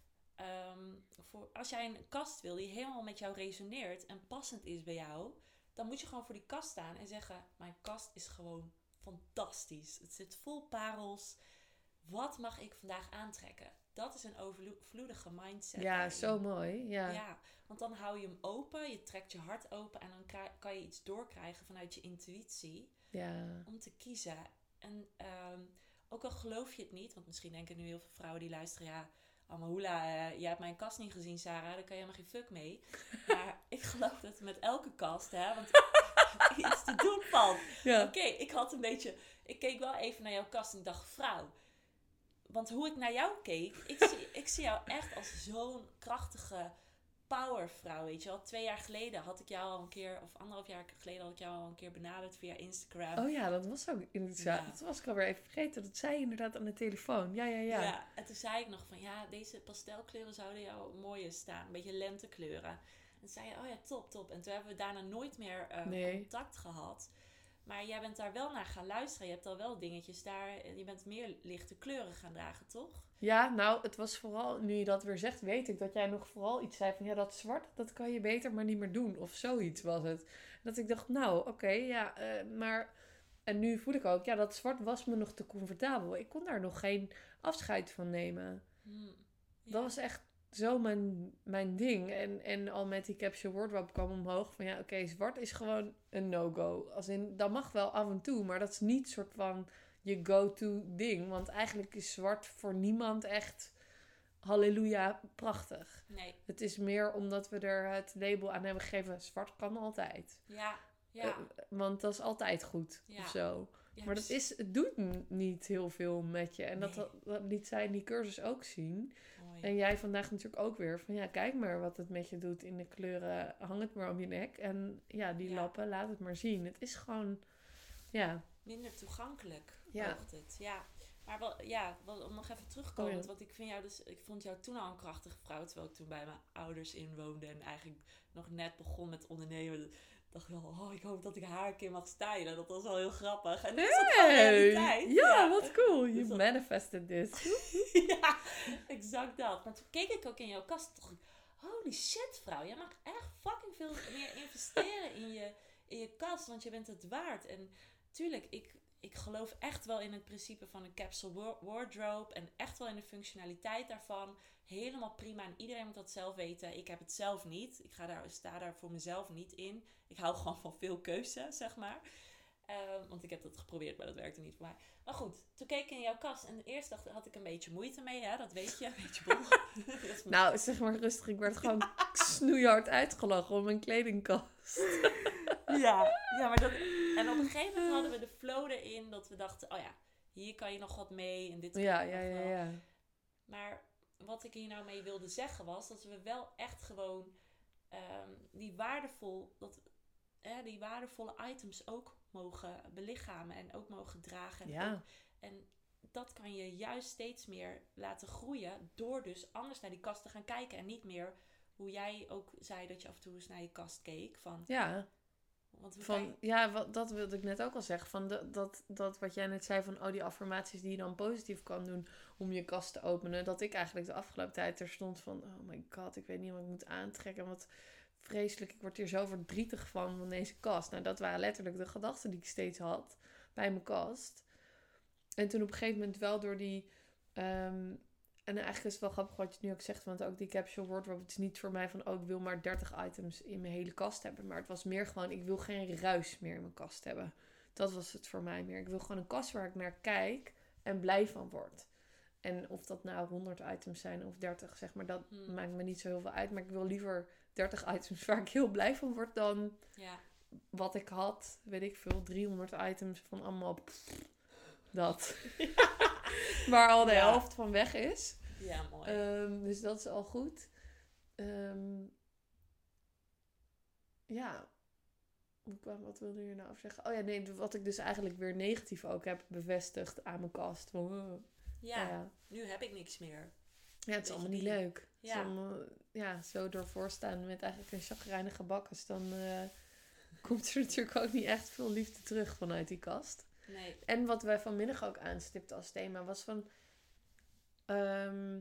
ja. um, voor, als jij een kast wil die helemaal met jou resoneert en passend is bij jou, dan moet je gewoon voor die kast staan en zeggen, mijn kast is gewoon fantastisch. Het zit vol parels. Wat mag ik vandaag aantrekken? Dat is een overvloedige mindset. Ja, daarin. Zo mooi. Ja. ja, want dan hou je hem open, je trekt je hart open en dan kri- kan je iets doorkrijgen vanuit je intuïtie. Ja. Om te kiezen. En um, ook al geloof je het niet, want misschien denken nu heel veel vrouwen die luisteren, ja, Amahula, uh, jij hebt mijn kast niet gezien, Sarah, daar kan je helemaal geen fuck mee. Maar ik geloof dat met elke kast, hè, want iets te doen valt. Ja. Oké, okay, ik had een beetje, ik keek wel even naar jouw kast en ik dacht, vrouw. Want hoe ik naar jou keek, ik zie, ik zie jou echt als zo'n krachtige powervrouw, weet je wel. Twee jaar geleden had ik jou al een keer, of anderhalf jaar geleden had ik jou al een keer benaderd via Instagram. Oh ja, dat was ook inderdaad. Ja. Dat was ik alweer even vergeten. Dat zei je inderdaad aan de telefoon. Ja, ja, ja. Ja, en toen zei ik nog van, ja, deze pastelkleuren zouden jou mooier staan. Een beetje lentekleuren. En toen zei je, oh ja, top, top. En toen hebben we daarna nooit meer uh, nee. contact gehad. Maar jij bent daar wel naar gaan luisteren. Je hebt al wel dingetjes daar. Je bent meer lichte kleuren gaan dragen, toch? Ja, nou, het was vooral, nu je dat weer zegt, weet ik dat jij nog vooral iets zei van, ja, dat zwart, dat kan je beter maar niet meer doen. Of zoiets was het. Dat ik dacht, nou, oké, okay, ja, uh, maar... En nu voel ik ook, ja, dat zwart was me nog te comfortabel. Ik kon daar nog geen afscheid van nemen. Hmm, ja. Dat was echt zo mijn, mijn ding. En, en al met die capsule wardrobe kwam omhoog van, ja, oké, okay, zwart is gewoon een no-go. Als in, dat mag wel af en toe, maar dat is niet soort van je go-to ding. Want eigenlijk is zwart voor niemand echt, halleluja, prachtig. Nee. Het is meer omdat we er het label aan hebben gegeven, zwart kan altijd. Ja, ja. Uh, want dat is altijd goed, ja. Of zo. Ja, maar dat is, het doet n- niet heel veel met je. En nee. dat, dat liet zij in die cursus ook zien. Mooi. En jij vandaag natuurlijk ook weer van, ja, kijk maar wat het met je doet in de kleuren. Hang het maar om je nek. En ja, die ja. lappen, laat het maar zien. Het is gewoon, ja. Minder toegankelijk, ja. oogt het. Ja. Maar wel, ja, wel, om nog even terug te komen. Oh, ja. Want ik vind jou dus, ik vond jou toen al een krachtige vrouw. Terwijl ik toen bij mijn ouders inwoonde. En eigenlijk nog net begon met ondernemen. Dacht ik wel, oh, ik hoop dat ik haar een keer mag stylen. Dat was wel heel grappig. En nu is dat gewoon realiteit. Ja, ja, wat cool. You dus manifested this. Ja, exact dat. Maar toen keek ik ook in jouw kast. Dacht ik, holy shit, vrouw. Jij mag echt fucking veel meer investeren in je, in je kast. Want je bent het waard. En tuurlijk, ik, ik geloof echt wel in het principe van een capsule wardrobe. En echt wel in de functionaliteit daarvan. Helemaal prima. En iedereen moet dat zelf weten. Ik heb het zelf niet. Ik ga daar, sta daar voor mezelf niet in. Ik hou gewoon van veel keuze, zeg maar. Uh, want ik heb dat geprobeerd, maar dat werkte niet voor mij. Maar goed, toen keek ik in jouw kast. En eerst dacht, had ik een beetje moeite mee. Hè? Dat weet je, een beetje bol. Nou, zeg maar rustig. Ik werd gewoon snoeihard uitgelachen om mijn kledingkast. ja, ja, maar dat... En op een gegeven moment hadden we de flow erin. Dat we dachten, oh ja, hier kan je nog wat mee. En dit kan ja, je ja, nog ja, wel. ja. Maar wat ik hier nou mee wilde zeggen was... dat we wel echt gewoon... Um, die, waardevol, dat, eh, die waardevolle items ook mogen belichamen en ook mogen dragen. En, ja. ook, en dat kan je juist steeds meer laten groeien door dus anders naar die kast te gaan kijken. En niet meer hoe jij ook zei dat je af en toe eens naar je kast keek. Van, ja, want hoe van, je... ja wat, dat wilde ik net ook al zeggen. Van de, dat, dat wat jij net zei van oh, die affirmaties die je dan positief kan doen om je kast te openen. Dat ik eigenlijk de afgelopen tijd er stond van oh my god, ik weet niet wat ik moet aantrekken. Wat vreselijk, ik word hier zo verdrietig van, van deze kast. Nou, dat waren letterlijk de gedachten die ik steeds had bij mijn kast. En toen op een gegeven moment wel door die... Um, en eigenlijk is het wel grappig wat je nu ook zegt, want ook die capsule wardrobe, het is niet voor mij van, oh, ik wil maar dertig items in mijn hele kast hebben. Maar het was meer gewoon, ik wil geen ruis meer in mijn kast hebben. Dat was het voor mij meer. Ik wil gewoon een kast waar ik naar kijk en blij van word. En of dat nou honderd items zijn of dertig, zeg maar, dat hmm. maakt me niet zo heel veel uit. Maar ik wil liever dertig items waar ik heel blij van word dan ja. wat ik had, weet ik veel, driehonderd items van allemaal pff, dat. Waar al de ja. helft van weg is. Ja, mooi. Um, dus dat is al goed. Um, ja. Wat wilde je nou over zeggen? Oh ja, nee, wat ik dus eigenlijk weer negatief ook heb bevestigd aan mijn kast. Van, uh, ja, ja, nu heb ik niks meer. Ja, het is allemaal niet leuk. Ja. Het is allemaal, ja, zo doorvoor staan met eigenlijk een chagrijnige bakkes. Dan uh, komt er natuurlijk ook niet echt veel liefde terug vanuit die kast. Nee. En wat wij vanmiddag ook aanstipten als thema was van... Um,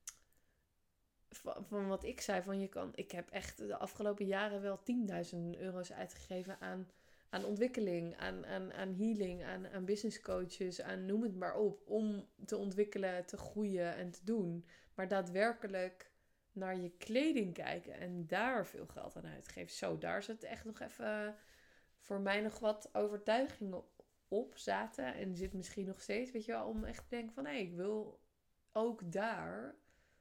van, van wat ik zei, van je kan... Ik heb echt de afgelopen jaren wel tienduizend euro's uitgegeven aan, aan ontwikkeling, aan, aan, aan healing, aan, aan business coaches, aan noem het maar op. Om te ontwikkelen, te groeien en te doen. Maar daadwerkelijk naar je kleding kijken en daar veel geld aan uitgeven. Zo, daar zit echt nog even voor mij nog wat overtuigingen op zaten. En zit misschien nog steeds, weet je wel, om echt te denken van... hé, hey, ik wil ook daar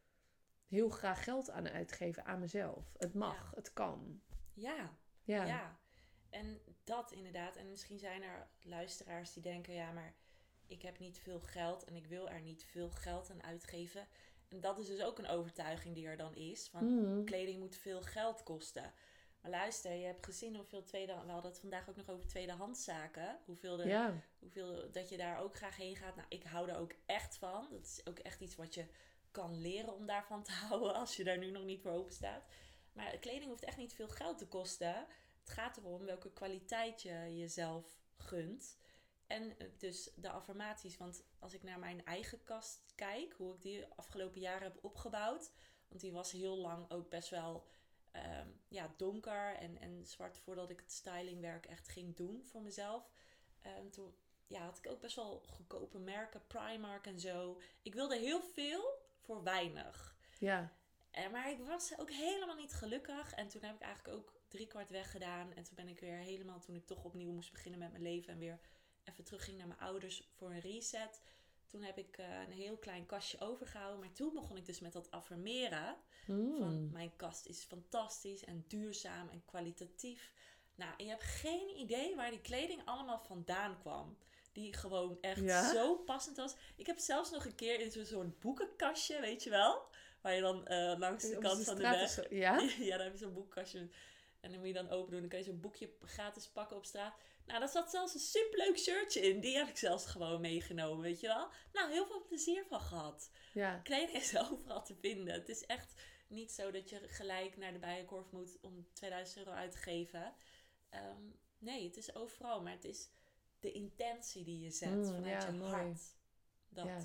heel graag geld aan uitgeven aan mezelf. Het mag, ja. Het kan. Ja, ja, ja. En dat inderdaad. En misschien zijn er luisteraars die denken... ja, maar ik heb niet veel geld en ik wil er niet veel geld aan uitgeven. En dat is dus ook een overtuiging die er dan is. Van mm. kleding moet veel geld kosten. Maar luister, je hebt gezien hoeveel tweede... We hadden het vandaag ook nog over tweedehandszaken. Hoeveel, de, ja. hoeveel dat je daar ook graag heen gaat. Nou, ik hou er ook echt van. Dat is ook echt iets wat je kan leren om daarvan te houden. Als je daar nu nog niet voor open staat. Maar kleding hoeft echt niet veel geld te kosten. Het gaat erom welke kwaliteit je jezelf gunt. En dus de affirmaties. Want als ik naar mijn eigen kast kijk. Hoe ik die afgelopen jaren heb opgebouwd. Want die was heel lang ook best wel... Um, ja, donker en, en zwart voordat ik het stylingwerk echt ging doen voor mezelf. Um, toen ja, had ik ook best wel goedkope merken, Primark en zo. Ik wilde heel veel voor weinig. Ja. En, maar ik was ook helemaal niet gelukkig. En toen heb ik eigenlijk ook drie kwart weggedaan. En toen ben ik weer helemaal, toen ik toch opnieuw moest beginnen met mijn leven en weer even terugging naar mijn ouders voor een reset. Toen heb ik uh, een heel klein kastje overgehouden. Maar toen begon ik dus met dat affirmeren. Mm. Van mijn kast is fantastisch en duurzaam en kwalitatief. Nou, en je hebt geen idee waar die kleding allemaal vandaan kwam. Die gewoon echt ja? zo passend was. Ik heb zelfs nog een keer in zo'n soort boekenkastje, weet je wel. Waar je dan uh, langs de kant de van de weg... Zo, ja? ja, dan heb je zo'n boekenkastje. En dan moet je dan open doen. Dan kan je zo'n boekje gratis pakken op straat. Nou, daar zat zelfs een superleuk shirtje in. Die heb ik zelfs gewoon meegenomen, weet je wel. Nou, heel veel plezier van gehad. Ja. Kleding is overal te vinden. Het is echt niet zo dat je gelijk naar de Bijenkorf moet om tweeduizend euro uit te geven. Um, nee, het is overal. Maar het is de intentie die je zet mm, vanuit ja, je mooi. hart. Dat. Ja.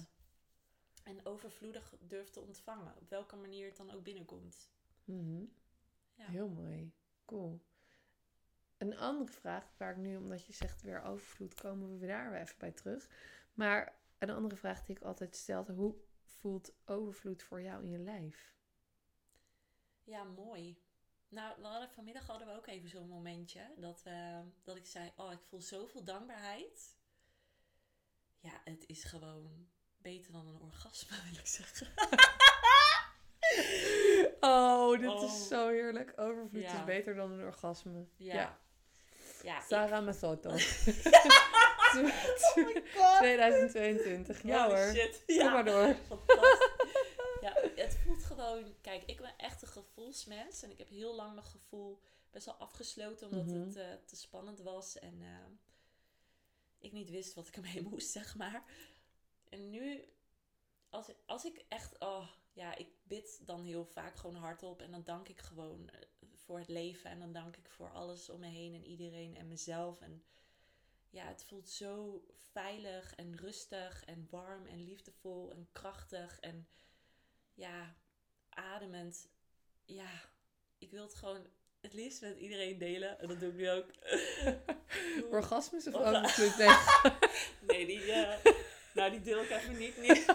En overvloedig durft te ontvangen. Op welke manier het dan ook binnenkomt. Mm-hmm. Ja. Heel mooi. Cool. Een andere vraag, waar ik nu, omdat je zegt weer overvloed, komen we daar weer even bij terug. Maar een andere vraag die ik altijd stelde, hoe voelt overvloed voor jou in je lijf? Ja, mooi. Nou, we hadden, vanmiddag hadden we ook even zo'n momentje dat, we, dat ik zei, oh, ik voel zoveel dankbaarheid. Ja, het is gewoon beter dan een orgasme, wil ik zeggen. Oh, dit oh. is zo heerlijk. Overvloed ja. is beter dan een orgasme. Ja. ja. ja Sarah ik... Masoto. oh tweeduizend tweeëntwintig. Ja hoor. Shit. Kom ja. maar door. Fantastisch. Ja, het voelt gewoon... Kijk, ik ben echt een gevoelsmens. En ik heb heel lang mijn gevoel best wel afgesloten. Omdat mm-hmm. het uh, te spannend was. En uh, ik niet wist wat ik ermee moest, zeg maar. En nu... Als, als ik echt... Oh, ja, ik bid dan heel vaak gewoon hardop. En dan dank ik gewoon voor het leven. En dan dank ik voor alles om me heen en iedereen en mezelf. En ja, het voelt zo veilig en rustig en warm en liefdevol en krachtig. En ja, ademend. Ja, ik wil het gewoon... het liefst met iedereen delen. En dat doe ik nu ook. Orgasmes of overvloed? Nee. nee, die, uh, nou, die deel ik even niet. niet.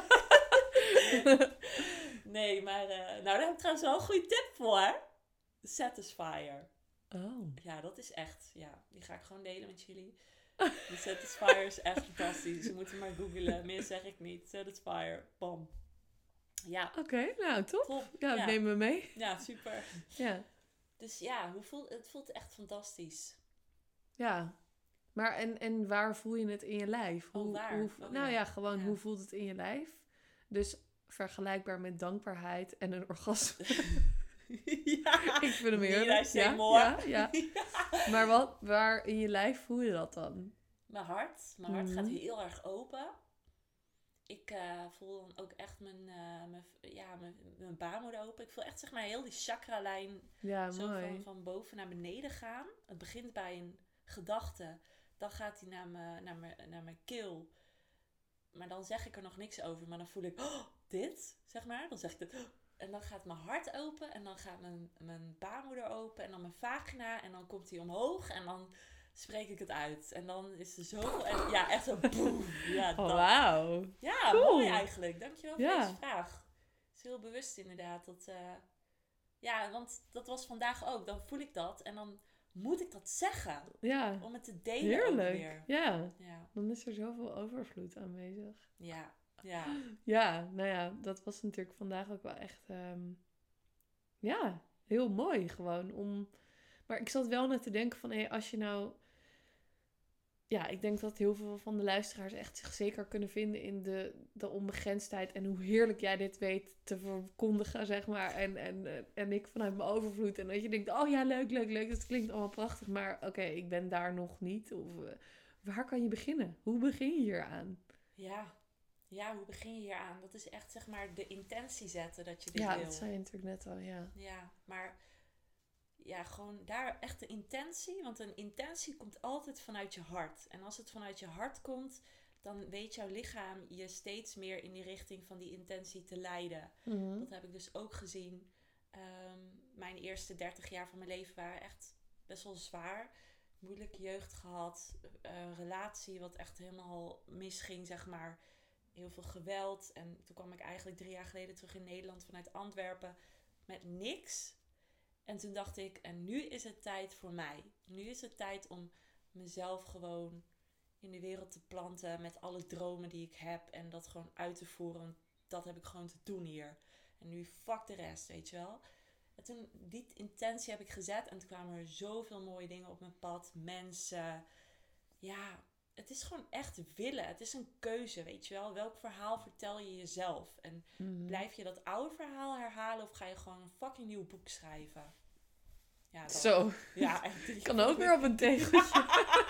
nee, maar uh, nou, daar heb ik trouwens wel een goede tip voor. Satisfier. Oh. Ja, dat is echt, ja, die ga ik gewoon delen met jullie. De Satisfier is echt fantastisch. Je moet hem maar googlen. Meer zeg ik niet. Satisfier. Bam. Ja. Oké, okay, nou top. top. Ja, ja. neem me mee. Ja, super. Ja. Dus ja, hoe voelt, het voelt echt fantastisch. Ja. Maar en, en waar voel je het in je lijf? Hoe, oh, waar? Hoe, oh, nou ja, ja gewoon ja. hoe voelt het in je lijf? Dus vergelijkbaar met dankbaarheid en een orgasme. ja. Ik vind hem heerlijk. Ja, ja, ja, ja. Maar wat, waar in je lijf voel je dat dan? Mijn hart. Mijn hart mm-hmm. gaat heel erg open. Ik uh, voel dan ook echt mijn, uh, mijn, ja, mijn, mijn baarmoeder open. Ik voel echt zeg maar heel die chakralijn ja, zo mooi. Van, van boven naar beneden gaan. Het begint bij een gedachte. Dan gaat hij naar mijn, naar mijn, naar mijn keel. Maar dan zeg ik er nog niks over. Maar dan voel ik oh, dit, zeg maar. Dan zeg ik dit. Oh. En dan gaat mijn hart open. En dan gaat mijn, mijn baarmoeder open. En dan mijn vagina. En dan komt hij omhoog. En dan spreek ik het uit. En dan is er zoveel... En, ja, echt zo boem. Ja, oh, wauw. Ja, cool. Mooi eigenlijk. Dankjewel voor ja. deze vraag. Het is heel bewust inderdaad. Dat, uh, ja, want dat was vandaag ook. Dan voel ik dat. En dan moet ik dat zeggen. Ja. Om het te delen heerlijk. Ook weer. Ja. ja. Dan is er zoveel overvloed aanwezig. Ja. Ja. Ja, nou ja, dat was natuurlijk vandaag ook wel echt... Um, ja, heel mooi gewoon. Om... Maar ik zat wel net te denken van... Hey, als je nou... Ja, ik denk dat heel veel van de luisteraars echt zich zeker kunnen vinden in de, de onbegrensdheid. En hoe heerlijk jij dit weet te verkondigen, zeg maar. En, en, en ik vanuit mijn overvloed. En dat je denkt, oh ja, leuk, leuk, leuk. Dat klinkt allemaal prachtig. Maar oké, okay, ik ben daar nog niet. Of uh, waar kan je beginnen? Hoe begin je hier aan? Ja, ja, hoe begin je hier aan? Dat is echt, zeg maar, de intentie zetten dat je dit ja, wil. Ja, dat zei je natuurlijk net al, ja. Ja, maar... Ja, gewoon daar echt de intentie. Want een intentie komt altijd vanuit je hart. En als het vanuit je hart komt, dan weet jouw lichaam je steeds meer in die richting van die intentie te leiden. Mm-hmm. Dat heb ik dus ook gezien. Um, mijn eerste dertig jaar van mijn leven waren echt best wel zwaar. Moeilijke jeugd gehad. Uh, relatie wat echt helemaal misging, zeg maar. Heel veel geweld. En toen kwam ik eigenlijk drie jaar geleden terug in Nederland vanuit Antwerpen met niks. En toen dacht ik, en nu is het tijd voor mij. Nu is het tijd om mezelf gewoon in de wereld te planten met alle dromen die ik heb. En dat gewoon uit te voeren. Want dat heb ik gewoon te doen hier. En nu fuck de rest, weet je wel. En toen, die intentie heb ik gezet. En toen kwamen er zoveel mooie dingen op mijn pad. Mensen. Ja, het is gewoon echt willen. Het is een keuze, weet je wel. Welk verhaal vertel je jezelf? En mm-hmm. blijf je dat oude verhaal herhalen? Of ga je gewoon een fucking nieuw boek schrijven? Ja, dat, Zo. Ja, echt. Ik kan ook weer op een tegeltje.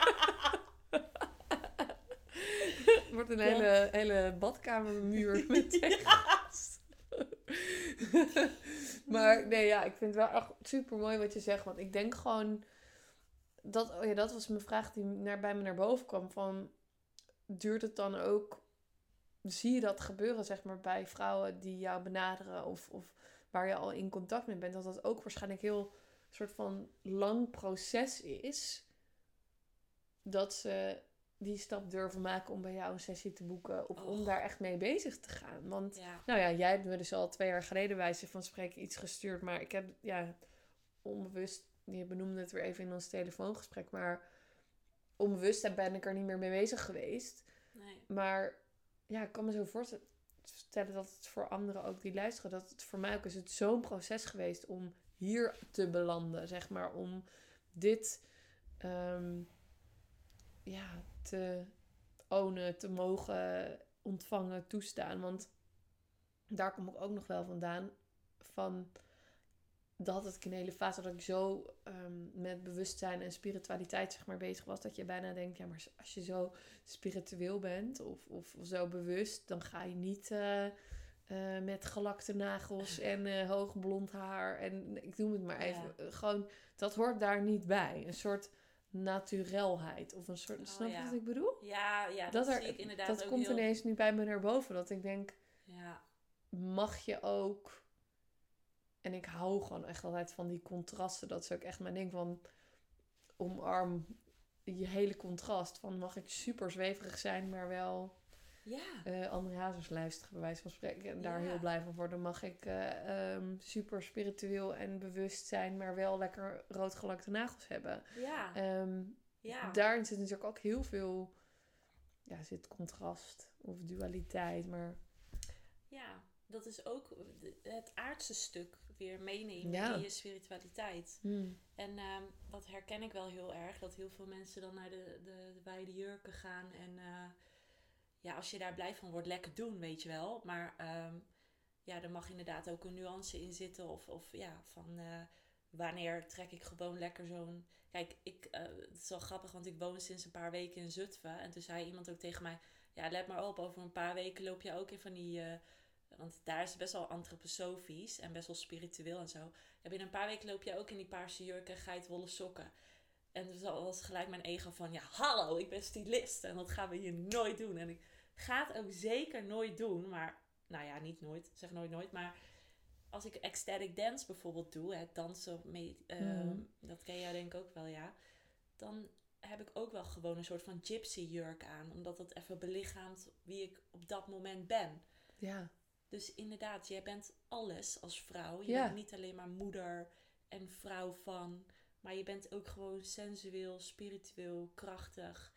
Het wordt een ja. hele, hele badkamermuur met tegels. Ja. Maar nee, ja, ik vind het wel echt super mooi wat je zegt. Want ik denk gewoon... Dat, oh ja, dat was mijn vraag die naar, bij me naar boven kwam. Van, duurt het dan ook... Zie je dat gebeuren, zeg maar, bij vrouwen die jou benaderen... Of, of waar je al in contact mee bent... Dat dat ook waarschijnlijk heel... soort van lang proces is... dat ze die stap durven maken om bij jou een sessie te boeken... of oh. om daar echt mee bezig te gaan. Want, ja. nou ja, jij hebt me dus al twee jaar geleden wijze van spreken iets gestuurd... maar ik heb, ja, onbewust... je benoemde het weer even in ons telefoongesprek... maar onbewust ben ik er niet meer mee bezig geweest. Nee. Maar ja, ik kan me zo voorstellen dat het voor anderen ook die luisteren... dat het voor mij ook is het zo'n proces geweest om... hier te belanden, zeg maar, om dit um, ja, te ownen, te mogen ontvangen, toestaan. Want daar kom ik ook nog wel vandaan, van dat het in een hele fase dat ik zo um, met bewustzijn en spiritualiteit, zeg maar, bezig was, dat je bijna denkt, ja, maar als je zo spiritueel bent of, of, of zo bewust, dan ga je niet... Uh, Uh, met gelakte nagels en uh, hoog blond haar. En ik noem het maar even. Ja. Gewoon, dat hoort daar niet bij. Een soort naturelheid. Of een soort, oh, snap je ja. wat ik bedoel? Ja, ja dat, dat er, zie ik inderdaad dat ook komt heel... ineens nu bij me naar boven. Dat ik denk, ja. mag je ook En ik hou gewoon echt altijd van die contrasten. Dat is ook echt mijn ding van omarm je hele contrast. Van mag ik super zweverig zijn, maar wel ja. uh, André Hazes luisteren, bij wijze van spreken. En daar ja. heel blij van worden. Mag ik uh, um, super spiritueel en bewust zijn, maar wel lekker roodgelakte nagels hebben. Ja. Um, ja. Daarin zit natuurlijk ook heel veel... Ja, zit contrast of dualiteit, maar... Ja, dat is ook het aardse stuk weer meenemen ja. in je spiritualiteit. Hmm. En um, dat herken ik wel heel erg. Dat heel veel mensen dan naar de, de, de wijde jurken gaan. En uh, ja, als je daar blij van wordt, lekker doen, weet je wel. Maar um, ja, er mag inderdaad ook een nuance in zitten. Of, of ja, van uh, wanneer trek ik gewoon lekker zo'n... Kijk, ik, uh, het is wel grappig, want ik woon sinds een paar weken in Zutphen. En toen zei iemand ook tegen mij... Ja, let maar op, over een paar weken loop je ook in van die... Uh, want daar is het best wel antroposofisch en best wel spiritueel en zo. Ja, binnen een paar weken loop je ook in die paarse jurken en geitwolle sokken. En dus was gelijk mijn ego van... Ja, hallo, ik ben stylist en dat gaan we hier nooit doen. En ik ga het ook zeker nooit doen. Maar, nou ja, niet nooit. Zeg nooit nooit. Maar als ik ecstatic dance bijvoorbeeld doe... Het dansen, mee, uh, mm. dat ken jij denk ik ook wel, ja. Dan heb ik ook wel gewoon een soort van gypsy jurk aan. Omdat het even belichaamt wie ik op dat moment ben. Ja. Dus inderdaad, jij bent alles als vrouw. Je ja. bent niet alleen maar moeder en vrouw van... Maar je bent ook gewoon sensueel, spiritueel, krachtig.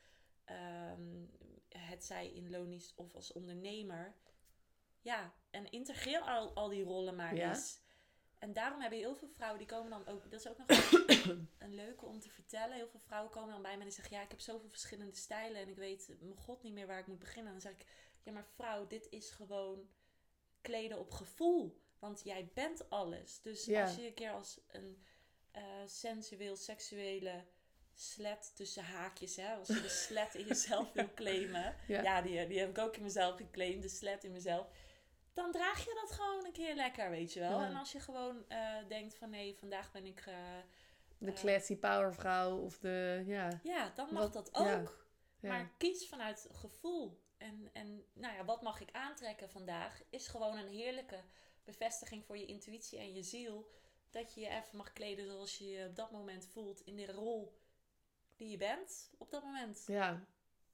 Um, het zij in loondienst of als ondernemer. Ja, en integreer al, al die rollen maar ja. eens. En daarom hebben heel veel vrouwen, die komen dan ook... Dat is ook nog een, een leuke om te vertellen. Heel veel vrouwen komen dan bij me en die zeggen... Ja, ik heb zoveel verschillende stijlen en ik weet mijn god niet meer waar ik moet beginnen. En dan zeg ik... Ja, maar vrouw, dit is gewoon... kleden op gevoel. Want jij bent alles. Dus ja. als je een keer als een uh, sensueel, seksuele slet tussen haakjes, hè, als je de slet in jezelf wil claimen. Ja, ja die, die heb ik ook in mezelf geclaimd, de slet in mezelf. Dan draag je dat gewoon een keer lekker, weet je wel. Ja. En als je gewoon uh, denkt van nee, vandaag ben ik... Uh, de uh, classy powervrouw of de... Ja, ja dan mag wat, dat ook. Ja. Ja. Maar kies vanuit gevoel. En, en nou ja, wat mag ik aantrekken vandaag? Is gewoon een heerlijke bevestiging voor je intuïtie en je ziel. Dat je je even mag kleden zoals je je op dat moment voelt. In de rol die je bent op dat moment. Ja,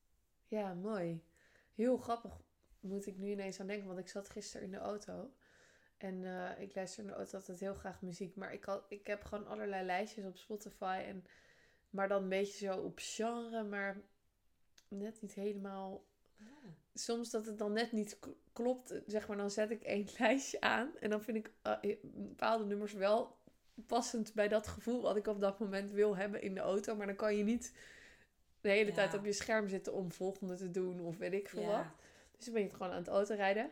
ja mooi. Heel grappig moet ik nu ineens aan denken. Want ik zat gisteren in de auto. En uh, ik luister in de auto altijd heel graag muziek. Maar ik, had, ik heb gewoon allerlei lijstjes op Spotify. En, maar dan een beetje zo op genre. Maar net niet helemaal... Soms dat het dan net niet klopt, zeg maar, dan zet ik één lijstje aan. En dan vind ik uh, bepaalde nummers wel passend bij dat gevoel wat ik op dat moment wil hebben in de auto. Maar dan kan je niet de hele ja. tijd op je scherm zitten om volgende te doen of weet ik veel ja. wat. Dus dan ben je het gewoon aan het autorijden.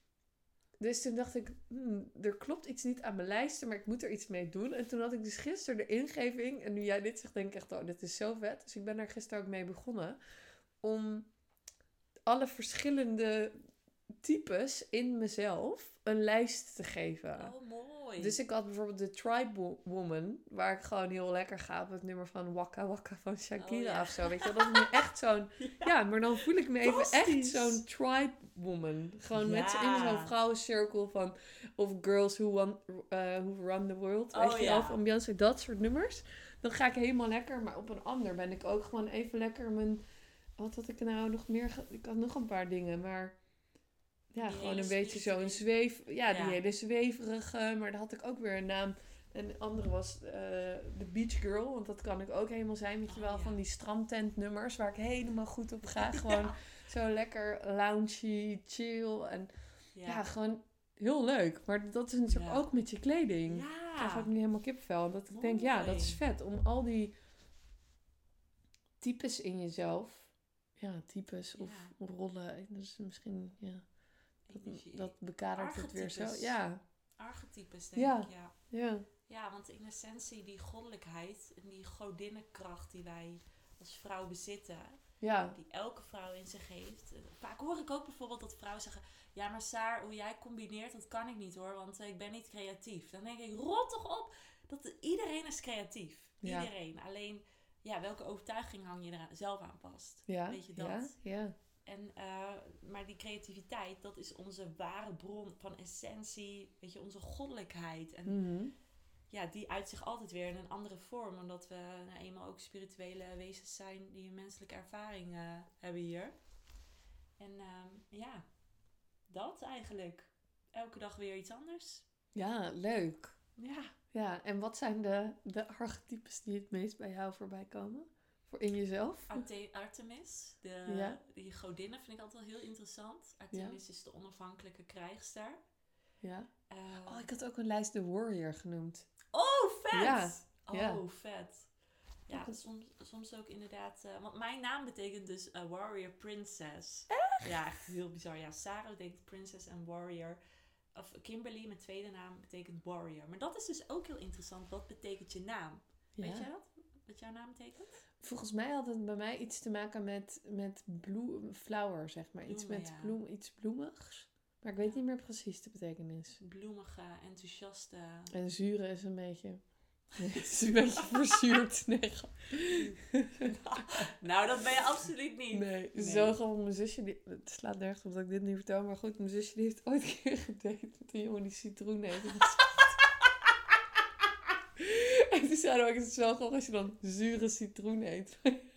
Dus toen dacht ik, hmm, er klopt iets niet aan mijn lijsten, maar ik moet er iets mee doen. En toen had ik dus gisteren de ingeving. En nu jij dit zegt, denk ik echt, oh, dit is zo vet. Dus ik ben daar gisteren ook mee begonnen. Om alle verschillende types in mezelf een lijst te geven. Oh, mooi. Dus ik had bijvoorbeeld de Tribe Woman, waar ik gewoon heel lekker ga op het nummer van Waka Waka van Shakira oh, ja. of zo. Weet je, dat is nu echt zo'n... ja. ja, maar dan voel ik me even echt zo'n Tribe Woman. Gewoon ja. met in zo'n vrouwencirkel van... Of Girls Who, want, uh, who Run the World. Weet oh, je wel, ja. van Beyoncé, dat soort nummers. Dan ga ik helemaal lekker. Maar op een ander ben ik ook gewoon even lekker mijn... Wat had ik nou nog meer... Ge- ik had nog een paar dingen, maar... Ja, die gewoon een beetje zo'n zweef... Ja, ja, die hele zweverige. Maar daar had ik ook weer een naam. En de andere was uh, de Beach Girl. Want dat kan ik ook helemaal zijn. Weet je wel, oh, ja. van die strandtentnummers. Waar ik helemaal goed op ga. Gewoon ja. zo lekker loungy, chill. En ja, ja gewoon heel leuk. Maar dat is natuurlijk ja. ook met je kleding. Ja. Ik krijg ook nu helemaal kippenvel. Dat ik denk, ja, dat is vet. Om al die types in jezelf... Ja, types of ja. rollen. Dus misschien, ja... Dat, dat bekadert het weer zo. Ja. Archetypes, denk ja. ik, ja. ja. Ja, want in essentie die goddelijkheid en die godinnenkracht die wij als vrouw bezitten, ja. die elke vrouw in zich heeft. Vaak hoor ik ook bijvoorbeeld dat vrouwen zeggen, ja, maar Saar, hoe jij combineert, dat kan ik niet hoor, want uh, ik ben niet creatief. Dan denk ik, rot toch op, dat iedereen is creatief. Ja. Iedereen. Alleen, ja, welke overtuiging hang je er zelf aan vast? Ja. Weet je dat? Ja, ja. En, uh, maar die creativiteit, dat is onze ware bron van essentie, weet je, onze goddelijkheid. En Mm-hmm. ja, die uit zich altijd weer in een andere vorm, omdat we nou eenmaal ook spirituele wezens zijn die een menselijke ervaring uh, hebben hier. En uh, ja, dat eigenlijk. Elke dag weer iets anders. Ja, leuk. Ja. Ja, en wat zijn de, de archetypes die het meest bij jou voorbij komen? Voor in jezelf? Arte- Artemis, de, ja. die godinne, vind ik altijd wel heel interessant. Artemis ja. is de onafhankelijke krijgster. Ja. Uh, oh, ik had ook een lijst de Warrior genoemd. Oh, vet! Ja. Oh, ja. vet. Ja, soms, soms ook inderdaad... Uh, want mijn naam betekent dus uh, Warrior Princess. Echt? Ja, echt heel bizar. Ja, Sarah betekent Princess en Warrior. Of Kimberly, mijn tweede naam, betekent Warrior. Maar dat is dus ook heel interessant. Wat betekent je naam? Ja. Weet jij dat? Wat jouw naam betekent? Volgens mij had het bij mij iets te maken met, met bloem, flower, zeg maar. Iets Bloemen, met ja. bloem, iets bloemigs. Maar ik weet ja. niet meer precies de betekenis. Bloemige, enthousiaste. En zure is een beetje... Nee, het is een beetje verzuurd. Nee. Nou, dat ben je absoluut niet. Nee, nee. Zo gewoon mijn zusje... Die, het slaat nergens op dat ik dit niet vertel. Maar goed, mijn zusje die heeft ooit een keer gedate met een jongen die citroen heet. En toen zeiden we ook, het is wel gewoon als je dan zure citroen eet.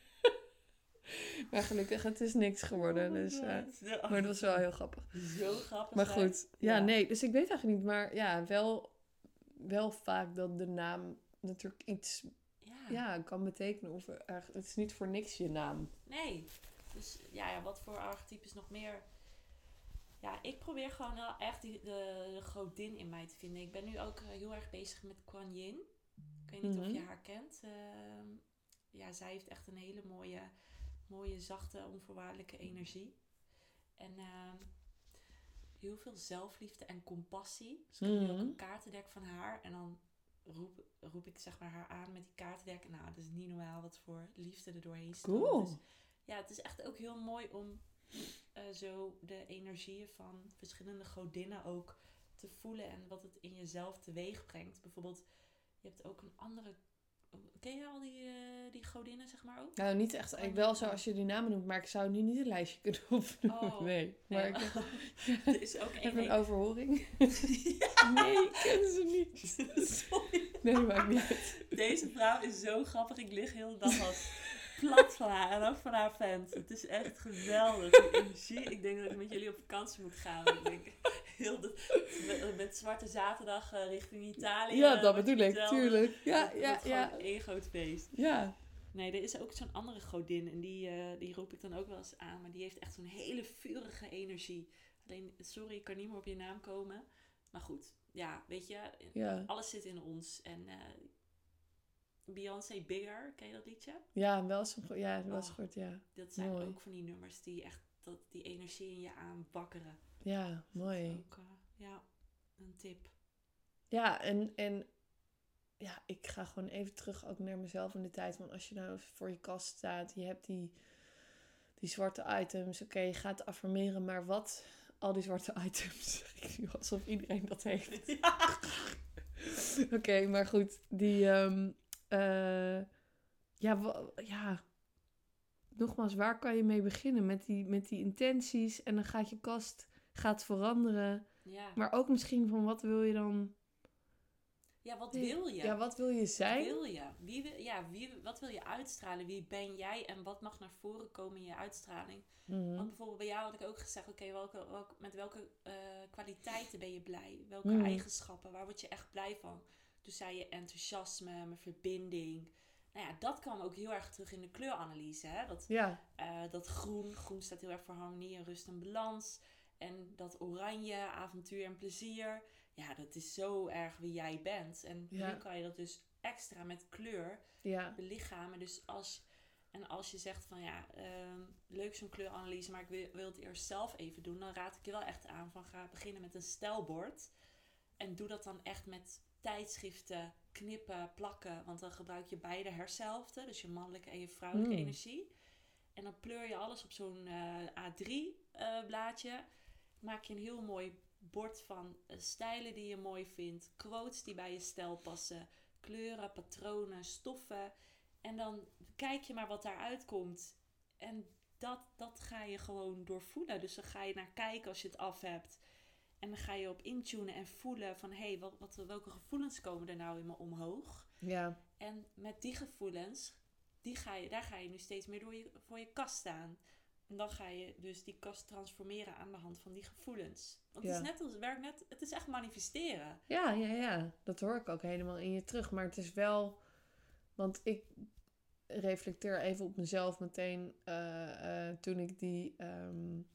Maar gelukkig, het is niks geworden. Dus, uh, maar het was wel heel grappig. Zo grappig. Maar goed, ja, ja, nee. Dus ik weet eigenlijk niet. Maar ja, wel, wel vaak dat de naam natuurlijk iets ja. Ja, kan betekenen. Of er, het is niet voor niks je naam. Nee. Dus ja, ja wat voor archetypes nog meer... Ja, ik probeer gewoon wel echt die, de, de godin in mij te vinden. Ik ben nu ook uh, heel erg bezig met Kuan Yin. Ik weet niet mm-hmm. of je haar kent. Uh, ja, zij heeft echt een hele mooie, mooie, zachte, onvoorwaardelijke energie. En uh, heel veel zelfliefde en compassie. Dus ik heb mm-hmm. nu ook een kaartendek van haar. En dan roep, roep ik zeg maar haar aan met die kaartendek. Nou, dat is niet normaal wat voor liefde er doorheen stroomt. Cool. Dus ja, het is echt ook heel mooi om uh, zo de energieën van verschillende godinnen ook te voelen. En wat het in jezelf teweeg brengt. Bijvoorbeeld, je hebt ook een andere... Ken je al die, uh, die godinnen, zeg maar ook? Nou, niet echt. Ik wel zo als je die namen noemt, maar ik zou nu niet een lijstje kunnen opnoemen. Oh, nee. Maar nee, ik ja, er is ook heb een, een overhoring. Ja. Nee, ik ken ze niet. Sorry. Nee, maakt niet uit. Deze vrouw is zo grappig. Ik lig heel de dag als plat van haar en ook van haar fans. Het is echt geweldig. Die energie. Ik denk dat ik met jullie op vakantie moet gaan. Ik denk, heel de, met, met Zwarte Zaterdag uh, richting Italië. Ja, dat bedoel ik, tuurlijk. Ja, het ja, wordt ja. gewoon één groot feest. Ja. Nee, er is ook zo'n andere godin. En die, uh, die roep ik dan ook wel eens aan. Maar die heeft echt zo'n hele vurige energie. Alleen, sorry, ik kan niet meer op je naam komen. Maar goed, ja, weet je. Ja. Alles zit in ons. En uh, Beyoncé Bigger, ken je dat liedje? Ja, wel eens, ja, wel eens oh, goed, ja. Dat zijn mooi. ook van die nummers die echt dat, die energie in je aanwakkeren. Ja, dus mooi. Dat is ook, uh, ja, een tip. Ja, en, en ja, ik ga gewoon even terug ook naar mezelf in de tijd. Want als je nou voor je kast staat, je hebt die, die zwarte items. Oké, okay, je gaat affirmeren, maar wat... Al die zwarte items. Ik zie alsof iedereen dat heeft. Ja. Oké, okay, maar goed. Die... Um, uh, ja, w- ja... Nogmaals, waar kan je mee beginnen? Met die, met die intenties. En dan gaat je kast gaat veranderen. Ja. Maar ook misschien van wat wil je dan... Ja, wat wil je? Ja, wat wil je zijn? Wat wil je? Wie wil, ja, wie, wat wil je uitstralen? Wie ben jij en wat mag naar voren komen in je uitstraling? Mm-hmm. Want bijvoorbeeld bij jou had ik ook gezegd... Oké, okay, welke, welke, met welke uh, kwaliteiten ben je blij? Welke mm-hmm. eigenschappen? Waar word je echt blij van? Toen zei je enthousiasme, mijn verbinding. Nou ja, dat kwam ook heel erg terug in de kleuranalyse. Hè? Dat, ja. uh, dat groen, groen staat heel erg voor harmonie en rust en balans. En dat oranje, avontuur en plezier... Ja, dat is zo erg wie jij bent. En ja. nu kan je dat dus extra met kleur ja. belichamen. Dus als, en als je zegt van ja, um, leuk zo'n kleuranalyse, maar ik wil, wil het eerst zelf even doen. Dan raad ik je wel echt aan van ga beginnen met een stijlbord. En doe dat dan echt met tijdschriften, knippen, plakken. Want dan gebruik je beide hersenhelften. Dus je mannelijke en je vrouwelijke mm. energie. En dan pleur je alles op zo'n uh, A drie uh, blaadje. Maak je een heel mooi bord van uh, stijlen die je mooi vindt. Quotes die bij je stijl passen. Kleuren, patronen, stoffen. En dan kijk je maar wat daaruit komt. En dat, dat ga je gewoon doorvoelen. Dus dan ga je naar kijken als je het af hebt. En dan ga je op intunen en voelen van... hé, hey, wat, wat, welke gevoelens komen er nou in me omhoog? Ja. En met die gevoelens, die ga je, daar ga je nu steeds meer door je, voor je kast staan. En dan ga je dus die kast transformeren aan de hand van die gevoelens. Want ja. het is net als het werkt net... Het is echt manifesteren. Ja, ja, ja. Dat hoor ik ook helemaal in je terug. Maar het is wel... Want ik reflecteer even op mezelf meteen... Uh, uh, toen ik die... Um,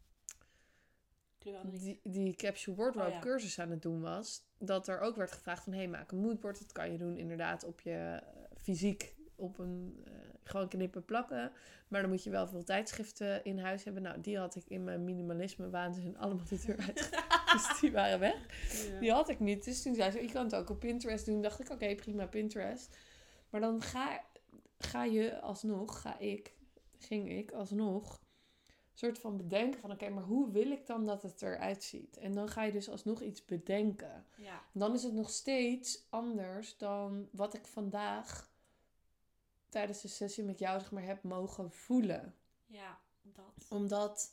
die, die capsule wardrobe oh, ja. cursus aan het doen was... dat er ook werd gevraagd van... hé, hey, maak een moodboard. Dat kan je doen inderdaad op je uh, fysiek... op een... Uh, gewoon knippen plakken. Maar dan moet je wel veel tijdschriften in huis hebben. Nou, die had ik in mijn minimalisme waanzin allemaal de deur uit. Dus die waren weg. Ja. Die had ik niet. Dus toen zei ze, je kan het ook op Pinterest doen. Dacht ik, oké, okay, prima, Pinterest. Maar dan ga, ga je alsnog, ga ik, ging ik alsnog... soort van bedenken van... oké, okay, maar hoe wil ik dan dat het eruit ziet? En dan ga je dus alsnog iets bedenken. Ja. En dan is het nog steeds anders dan wat ik vandaag... tijdens de sessie met jou zeg maar heb mogen voelen. Ja, dat. Omdat...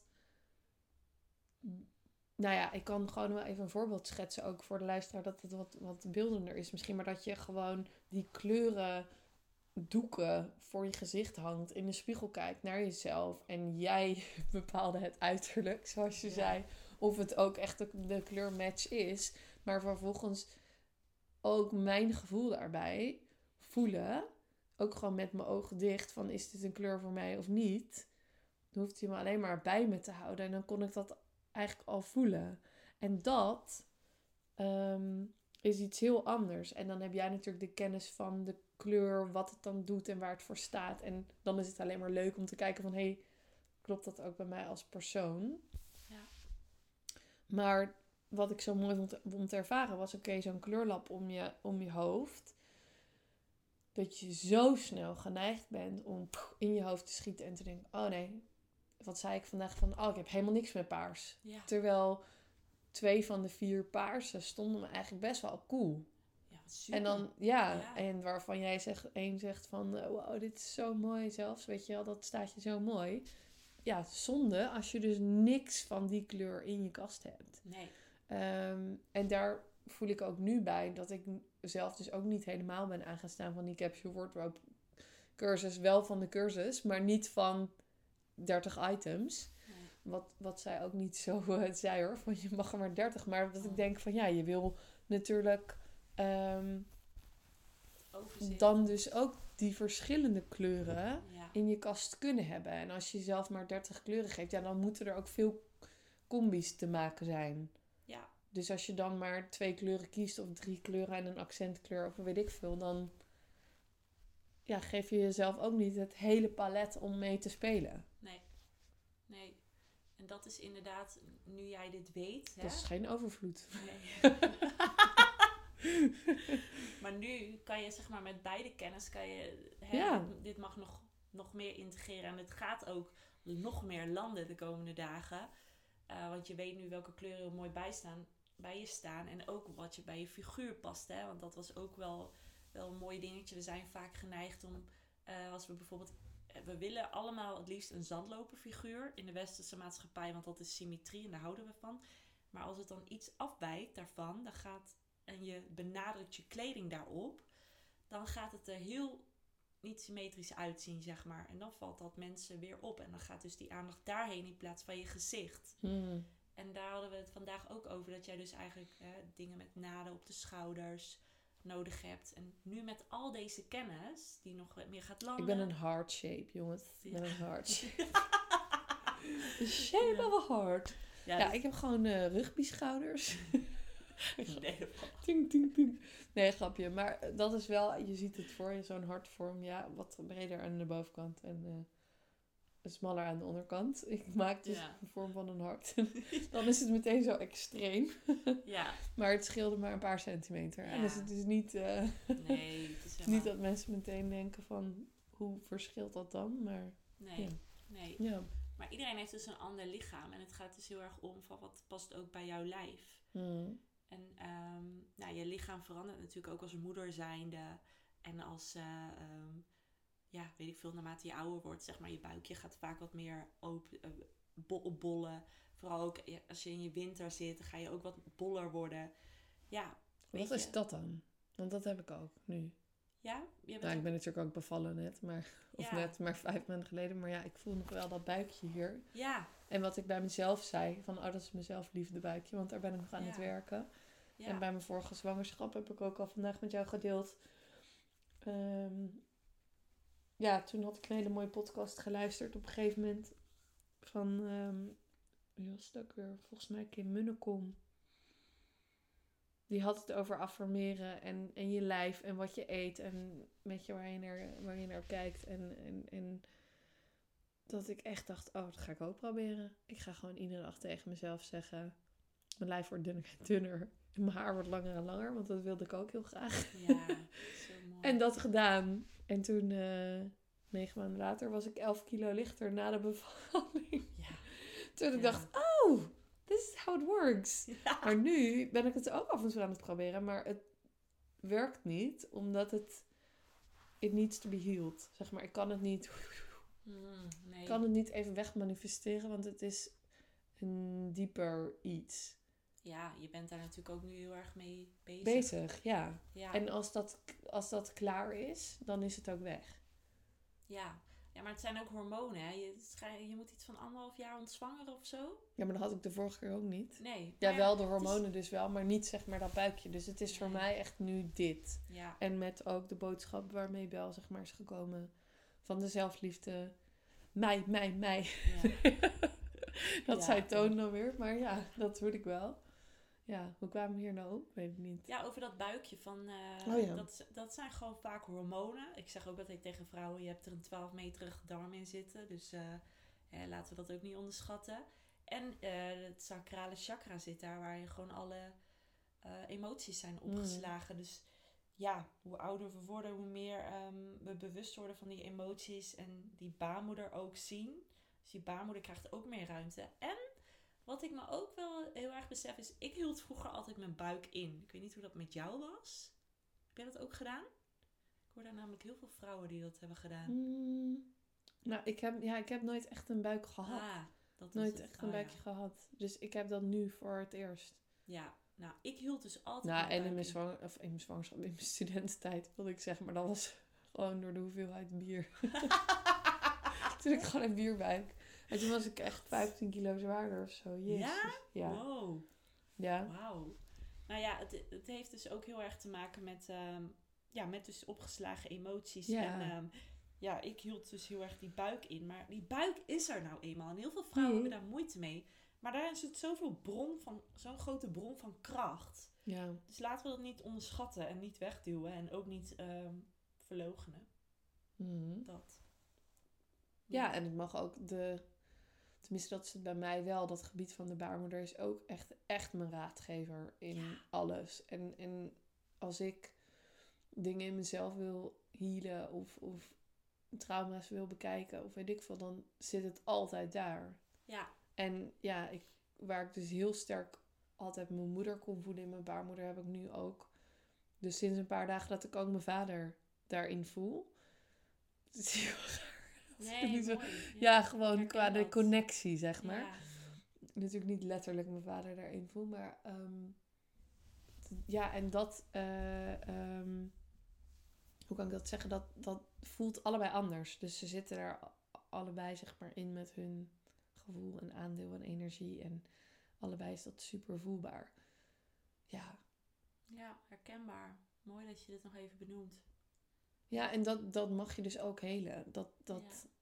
Nou ja, ik kan gewoon wel even een voorbeeld schetsen... ook voor de luisteraar dat het wat, wat beeldender is misschien. Maar dat je gewoon die kleuren doeken voor je gezicht hangt... in de spiegel kijkt naar jezelf... en jij bepaalde het uiterlijk, zoals je ja. zei... of het ook echt de, de kleurmatch is... maar vervolgens ook mijn gevoel daarbij voelen... ook gewoon met mijn ogen dicht... van is dit een kleur voor mij of niet... dan hoeft hij me alleen maar bij me te houden... en dan kon ik dat eigenlijk al voelen. En dat um, is iets heel anders. En dan heb jij natuurlijk de kennis van de kleur... wat het dan doet en waar het voor staat. En dan is het alleen maar leuk om te kijken van... hé, hey, klopt dat ook bij mij als persoon? Ja. Maar wat ik zo mooi vond, vond te ervaren... was oké, okay, zo'n kleurlap om je, om je hoofd... dat je zo snel geneigd bent om in je hoofd te schieten en te denken... oh nee, wat zei ik vandaag van... oh, ik heb helemaal niks met paars. Ja. Terwijl twee van de vier paarsen stonden me eigenlijk best wel cool. Ja, super. En dan, ja, ja. en waarvan jij zegt, één zegt van... wow, dit is zo mooi zelfs, weet je wel, dat staat je zo mooi. Ja, zonde als je dus niks van die kleur in je kast hebt. Nee. Um, en daar voel ik ook nu bij dat ik zelf dus ook niet helemaal ben aangestaan van die capsule wardrobe cursus. Wel van de cursus, maar niet van dertig items. Nee. Wat, wat zij ook niet zo uh, zei hoor, van je mag er maar dertig. Maar dat oh. ik denk van ja, je wil natuurlijk um, dan dus ook die verschillende kleuren ja. in je kast kunnen hebben. En als je zelf maar dertig kleuren geeft, ja, dan moeten er ook veel combi's te maken zijn. Ja. Dus als je dan maar twee kleuren kiest of drie kleuren en een accentkleur of weet ik veel, dan ja, geef je jezelf ook niet het hele palet om mee te spelen. Nee. Nee. En dat is inderdaad, nu jij dit weet... Dat hè? Is geen overvloed. Nee. Maar nu kan je zeg maar met beide kennis, kan je, hè, ja. dit mag nog, nog meer integreren. En het gaat ook nog meer landen de komende dagen. Uh, want je weet nu welke kleuren heel mooi bijstaan, bij je staan. En ook wat je bij je figuur past. Hè? Want dat was ook wel, wel een mooi dingetje. We zijn vaak geneigd om, uh, als we bijvoorbeeld... We willen allemaal het liefst een zandloperfiguur in de westerse maatschappij. Want dat is symmetrie en daar houden we van. Maar als het dan iets afwijkt daarvan, dan gaat... en je benadrukt je kleding daarop, dan gaat het er heel niet symmetrisch uitzien, zeg maar. En dan valt dat mensen weer op. En dan gaat dus die aandacht daarheen in plaats van je gezicht. Hmm. En daar hadden we het vandaag ook over, dat jij dus eigenlijk hè, dingen met naden op de schouders nodig hebt. En nu met al deze kennis, die nog meer gaat landen... Ik ben een heart shape, jongens. Ik ben ja. een heart shape. The shape ja. of a heart. Ja, ja dus... ik heb gewoon uh, rugby schouders. Nee, ting, ting, ting. Nee, grapje. Maar dat is wel, je ziet het voor je, zo'n hartvorm. Ja, wat breder aan de bovenkant en uh, smaller aan de onderkant. Ik maak dus ja. de vorm van een hart. Dan is het meteen zo extreem. Ja. Maar het scheelde maar een paar centimeter. Ja. En dus het is niet, uh, nee, het is helemaal... niet dat mensen meteen denken van, hoe verschilt dat dan? Maar nee, ja. nee. Ja. Maar iedereen heeft dus een ander lichaam. En het gaat dus heel erg om van wat past ook bij jouw lijf. Hmm. En um, nou, je lichaam verandert natuurlijk ook als moeder zijnde. En als uh, um, ja, weet ik veel, naarmate je ouder wordt, zeg maar, je buikje gaat vaak wat meer open, uh, bo- bollen. Vooral ook ja, als je in je winter zit, ga je ook wat boller worden. Ja, Wat is dat dan? Want dat heb ik ook nu. Ja? Je bent nou, ik ook... ben natuurlijk ook bevallen net, maar, of ja. net, maar vijf maanden geleden. Maar ja, ik voel nog wel dat buikje hier. Ja. En wat ik bij mezelf zei, van oh, dat is mezelf liefde buikje, want daar ben ik nog aan ja. het werken. Ja. En bij mijn vorige zwangerschap heb ik ook al vandaag met jou gedeeld. Um, ja, toen had ik een hele mooie podcast geluisterd op een gegeven moment. Van, um, wie was het ook weer? Volgens mij Kim Munnekom. Die had het over affirmeren en, en je lijf en wat je eet. En weet je, waar je naar, waar je naar kijkt. En, en, en dat ik echt dacht, oh, dat ga ik ook proberen. Ik ga gewoon iedere dag tegen mezelf zeggen, mijn lijf wordt dunner en dunner. En mijn haar wordt langer en langer, want dat wilde ik ook heel graag. Ja, zo mooi. En dat gedaan. En toen, uh, negen maanden later, was ik elf kilo lichter na de bevalling. Ja. Toen ik ja. dacht, oh, this is how it works. Ja. Maar nu ben ik het ook af en toe aan het proberen. Maar het werkt niet, omdat het it needs to be healed. Zeg maar, ik kan het niet... Mm, nee. Ik kan het niet even wegmanifesteren, want het is een dieper iets. Ja, je bent daar natuurlijk ook nu heel erg mee bezig. Bezig, ja. ja. En als dat, als dat klaar is, dan is het ook weg. Ja. Ja, maar het zijn ook hormonen, hè. Je, je moet iets van anderhalf jaar ontzwangeren of zo. Ja, maar dat had ik de vorige keer ook niet. Nee. Ja, ja, wel de hormonen is... dus wel, maar niet zeg maar dat buikje. Dus het is nee. voor mij echt nu dit. Ja. En met ook de boodschap waarmee Bel zeg maar is gekomen van de zelfliefde. Mij, mij, mij. Ja. dat ja, zei Toon dan weer, maar ja, dat voel ik wel. Ja, hoe kwamen we hier nou op? Weet ik niet. Ja, over dat buikje van... Uh, oh ja. dat, dat zijn gewoon vaak hormonen. Ik zeg ook altijd tegen vrouwen, je hebt er een twaalf meterige darm in zitten. Dus uh, ja, laten we dat ook niet onderschatten. En uh, het sacrale chakra zit daar, waar je gewoon alle uh, emoties zijn opgeslagen. Mm. Dus ja, hoe ouder we worden, hoe meer um, we bewust worden van die emoties. En die baarmoeder ook zien. Dus die baarmoeder krijgt ook meer ruimte. En... wat ik me ook wel heel erg besef is... ik hield vroeger altijd mijn buik in. Ik weet niet hoe dat met jou was. Heb jij dat ook gedaan? Ik hoor daar namelijk heel veel vrouwen die dat hebben gedaan. Mm, nou, ik heb, ja, ik heb nooit echt een buik gehad. Ah, dat nooit het. echt een oh, buikje ja. gehad. Dus ik heb dat nu voor het eerst. Ja, nou, ik hield dus altijd nou, mijn en in mijn, in. zwang, of in mijn zwangerschap, in mijn studententijd wilde ik zeggen. Maar dat was gewoon door de hoeveelheid bier. Toen ik gewoon een bierbuik. En toen was ik echt vijftien kilo zwaarder of zo. Jezus. Ja? Ja. Wow. Ja. Wauw. Nou ja, het, het heeft dus ook heel erg te maken met, um, ja, met dus opgeslagen emoties. Ja. En um, ja, ik hield dus heel erg die buik in. Maar die buik is er nou eenmaal. En heel veel vrouwen mm. hebben daar moeite mee. Maar daar is het zoveel bron van, zo'n grote bron van kracht. Ja. Dus laten we dat niet onderschatten en niet wegduwen. En ook niet um, verloochenen. Mm. Dat. Ja, ja, en het mag ook de... Tenminste, dat is het bij mij wel. Dat gebied van de baarmoeder is ook echt, echt mijn raadgever in ja. alles. En, en als ik dingen in mezelf wil healen of, of trauma's wil bekijken of weet ik veel, dan zit het altijd daar. Ja. En ja, ik, waar ik dus heel sterk altijd mijn moeder kon voelen in mijn baarmoeder, heb ik nu ook. Dus sinds een paar dagen dat ik ook mijn vader daarin voel. Het is heel raar. Nee, zo, mooi. Ja, ja, gewoon qua dat. de connectie, zeg maar. Ja. Natuurlijk niet letterlijk mijn vader daarin voel, maar um, t- ja, en dat, uh, um, hoe kan ik dat zeggen? Dat, dat voelt allebei anders. Dus ze zitten er allebei, zeg maar, in met hun gevoel en aandeel en energie. En allebei is dat super voelbaar. Ja. Ja, herkenbaar. Mooi dat je dit nog even benoemt. Ja, en dat, dat mag je dus ook helen. Dat, dat ja.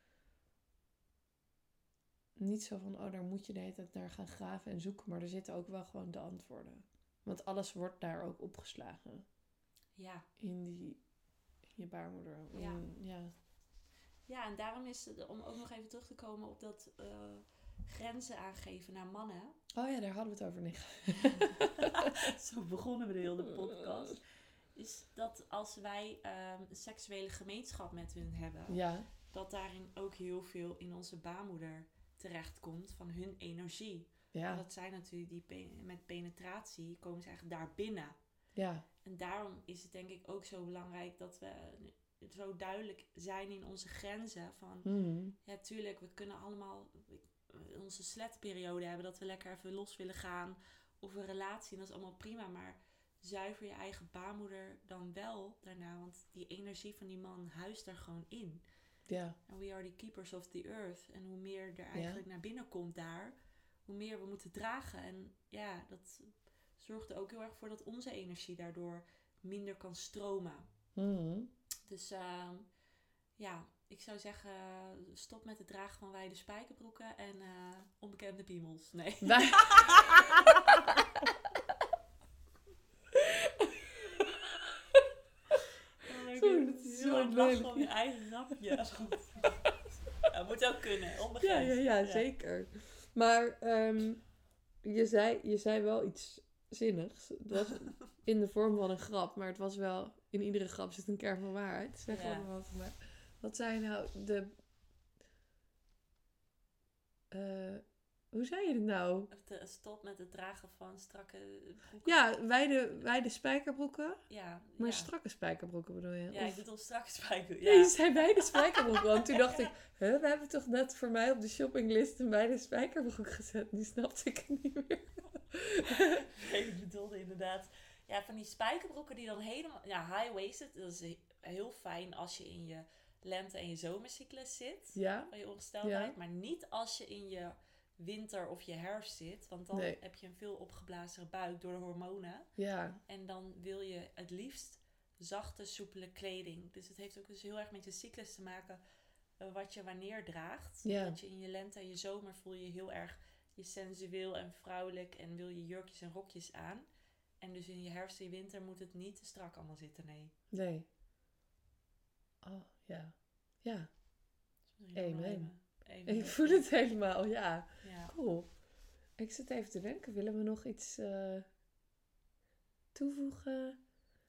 Niet zo van, oh, daar moet je de hele tijd naar gaan graven en zoeken. Maar er zitten ook wel gewoon de antwoorden. Want alles wordt daar ook opgeslagen. Ja. In die, in je baarmoeder. In, ja. ja. Ja, en daarom is het, om ook nog even terug te komen op dat uh, grenzen aangeven naar mannen. Oh ja, daar hadden we het over. Nee. Zo begonnen we de hele podcast. Is dat als wij um, een seksuele gemeenschap met hun hebben, ja. dat daarin ook heel veel in onze baarmoeder terechtkomt van hun energie. Ja. Dat zijn natuurlijk die pe- met penetratie komen ze eigenlijk daar binnen. Ja. En daarom is het denk ik ook zo belangrijk dat we zo duidelijk zijn in onze grenzen. Van, mm. ja, tuurlijk, we kunnen allemaal onze sletperiode hebben, dat we lekker even los willen gaan. Of een relatie, dat is allemaal prima. Maar zuiver je eigen baarmoeder dan wel daarna. Want die energie van die man huist daar gewoon in. Ja. En we are the keepers of the earth. En hoe meer er eigenlijk ja. naar binnen komt daar, hoe meer we moeten dragen. En ja, dat zorgt er ook heel erg voor dat onze energie daardoor minder kan stromen. Mm. Dus uh, ja, ik zou zeggen, stop met het dragen van wijde spijkerbroeken en uh, onbekende piemels. Nee. Wij... Sorry, dat is zo lelijk. Gewoon je eigen grapje. Dat moet ook kunnen, onbegrensd. Ja, ja, ja, ja. Zeker. Maar um, je, zei, je zei wel iets zinnigs. Het was in de vorm van een grap, maar het was wel... In iedere grap zit een kern van waarheid. Zeg ja. maar wat, maar wat zijn nou de... Uh, hoe zei je het nou? Stop met het dragen van strakke broeken. Ja, wijde, wijde spijkerbroeken. Ja, maar ja. strakke spijkerbroeken bedoel je? Ja, of... ik bedoel strakke spijkerbroeken. Ja. Nee, je zei wijde spijkerbroeken. Want toen dacht ik, huh, we hebben toch net voor mij op de shoppinglist een wijde spijkerbroek gezet. Die snapte ik niet meer. Nee, ik bedoelde inderdaad... Ja, van die spijkerbroeken die dan helemaal... Ja, high-waisted. Dat is heel fijn als je in je lente- en je zomercyclus zit. Ja. Van je ongesteldheid. Ja. Maar niet als je in je winter of je herfst zit. Want dan nee. heb je een veel opgeblazen buik door de hormonen. Ja. En dan wil je het liefst zachte, soepele kleding. Dus het heeft ook dus heel erg met je cyclus te maken. Uh, wat je wanneer draagt. Ja. Dat je in je lente en je zomer voel je heel erg je sensueel en vrouwelijk. En wil je jurkjes en rokjes aan. En dus in je herfst en je winter moet het niet te strak allemaal zitten, nee. Nee. Oh, ja. Ja. Amen. Amen. Ik voel het helemaal, ja. ja. Cool. Ik zit even te denken, willen we nog iets uh, toevoegen?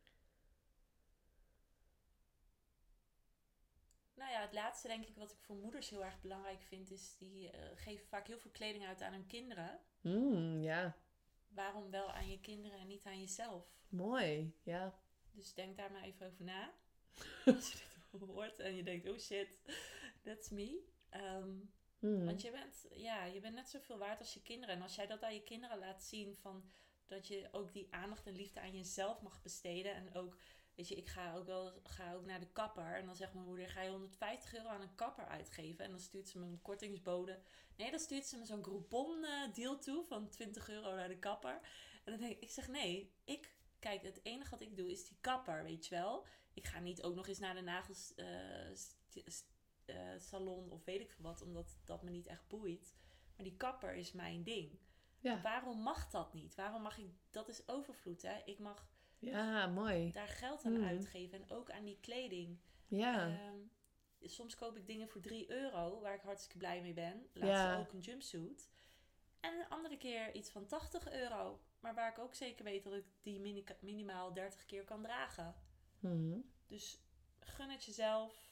Nou ja, het laatste denk ik wat ik voor moeders heel erg belangrijk vind, is die uh, geven vaak heel veel kleding uit aan hun kinderen. Mm, ja. Waarom wel aan je kinderen en niet aan jezelf? Mooi, ja. Dus denk daar maar even over na. Als je dit hoort en je denkt, oh shit, that's me. Um, mm. Want je bent, ja, je bent net zoveel waard als je kinderen. En als jij dat aan je kinderen laat zien, van dat je ook die aandacht en liefde aan jezelf mag besteden. En ook, weet je, ik ga ook wel ga ook naar de kapper. En dan zegt mijn moeder, ga je honderdvijftig euro aan een kapper uitgeven? En dan stuurt ze me een kortingsbode. Nee, dan stuurt ze me zo'n Groupon uh, deal toe van twintig euro naar de kapper. En dan denk ik, ik zeg nee, ik, kijk, het enige wat ik doe is die kapper, weet je wel. Ik ga niet ook nog eens naar de nagels uh, st- st- uh, salon of weet ik veel wat, omdat dat me niet echt boeit. Maar die kapper is mijn ding. Ja. Waarom mag dat niet? Waarom mag ik, dat is overvloed, hè? Ik mag ja, mooi. daar geld aan mm. uitgeven en ook aan die kleding. Ja. Um, soms koop ik dingen voor drie euro, waar ik hartstikke blij mee ben. Laatst ja. ook een jumpsuit. En een andere keer iets van tachtig euro. Maar waar ik ook zeker weet dat ik die mini- minimaal dertig keer kan dragen. Mm-hmm. Dus gun het jezelf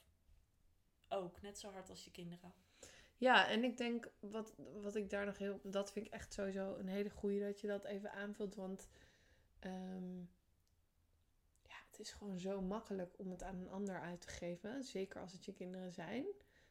ook, net zo hard als je kinderen. Ja, en ik denk, wat, wat ik daar nog heel... Dat vind ik echt sowieso een hele goeie dat je dat even aanvult. Want um, ja, het is gewoon zo makkelijk om het aan een ander uit te geven. Zeker als het je kinderen zijn.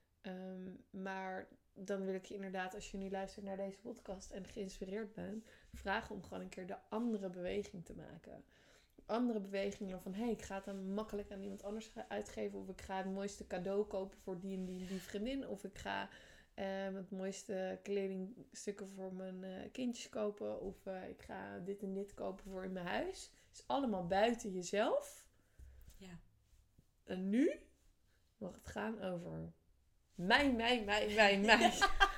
Um, maar dan wil ik je inderdaad, als je nu luistert naar deze podcast en geïnspireerd bent, vragen om gewoon een keer de andere beweging te maken. Andere bewegingen van, hé, hey, ik ga het dan makkelijk aan iemand anders uitgeven. Of ik ga het mooiste cadeau kopen voor die en die, die vriendin. Of ik ga uh, het mooiste kledingstukken voor mijn uh, kindjes kopen. Of uh, ik ga dit en dit kopen voor in mijn huis. Het is allemaal buiten jezelf. Ja. En nu mag het gaan over mij, mij, mij, mij, mij.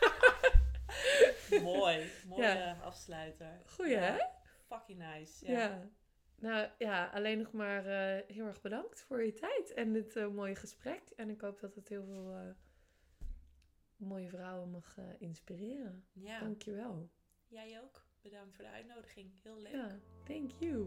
Mooi. Mooie ja. afsluiter. Goeie, ja. hè? Fucking nice. Ja. ja. Nou ja, alleen nog maar uh, heel erg bedankt voor je tijd en dit uh, mooie gesprek. En ik hoop dat het heel veel uh, mooie vrouwen mag uh, inspireren. Ja. Dankjewel. Jij ook. Bedankt voor de uitnodiging. Heel leuk. Ja, thank you.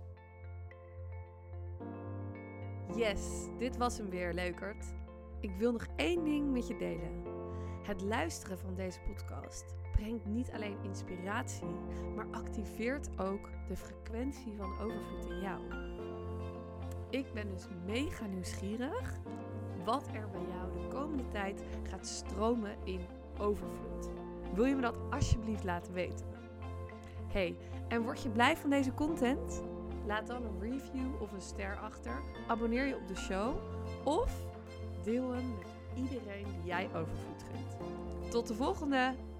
Yes, dit was hem weer, leukert. Ik wil nog één ding met je delen. Het luisteren van deze podcast brengt niet alleen inspiratie, maar activeert ook de frequentie van overvloed in jou. Ik ben dus mega nieuwsgierig wat er bij jou de komende tijd gaat stromen in overvloed. Wil je me dat alsjeblieft laten weten? Hey, en word je blij van deze content? Laat dan een review of een ster achter. Abonneer je op de show. Of deel hem met iedereen die jij overvloed vindt. Tot de volgende!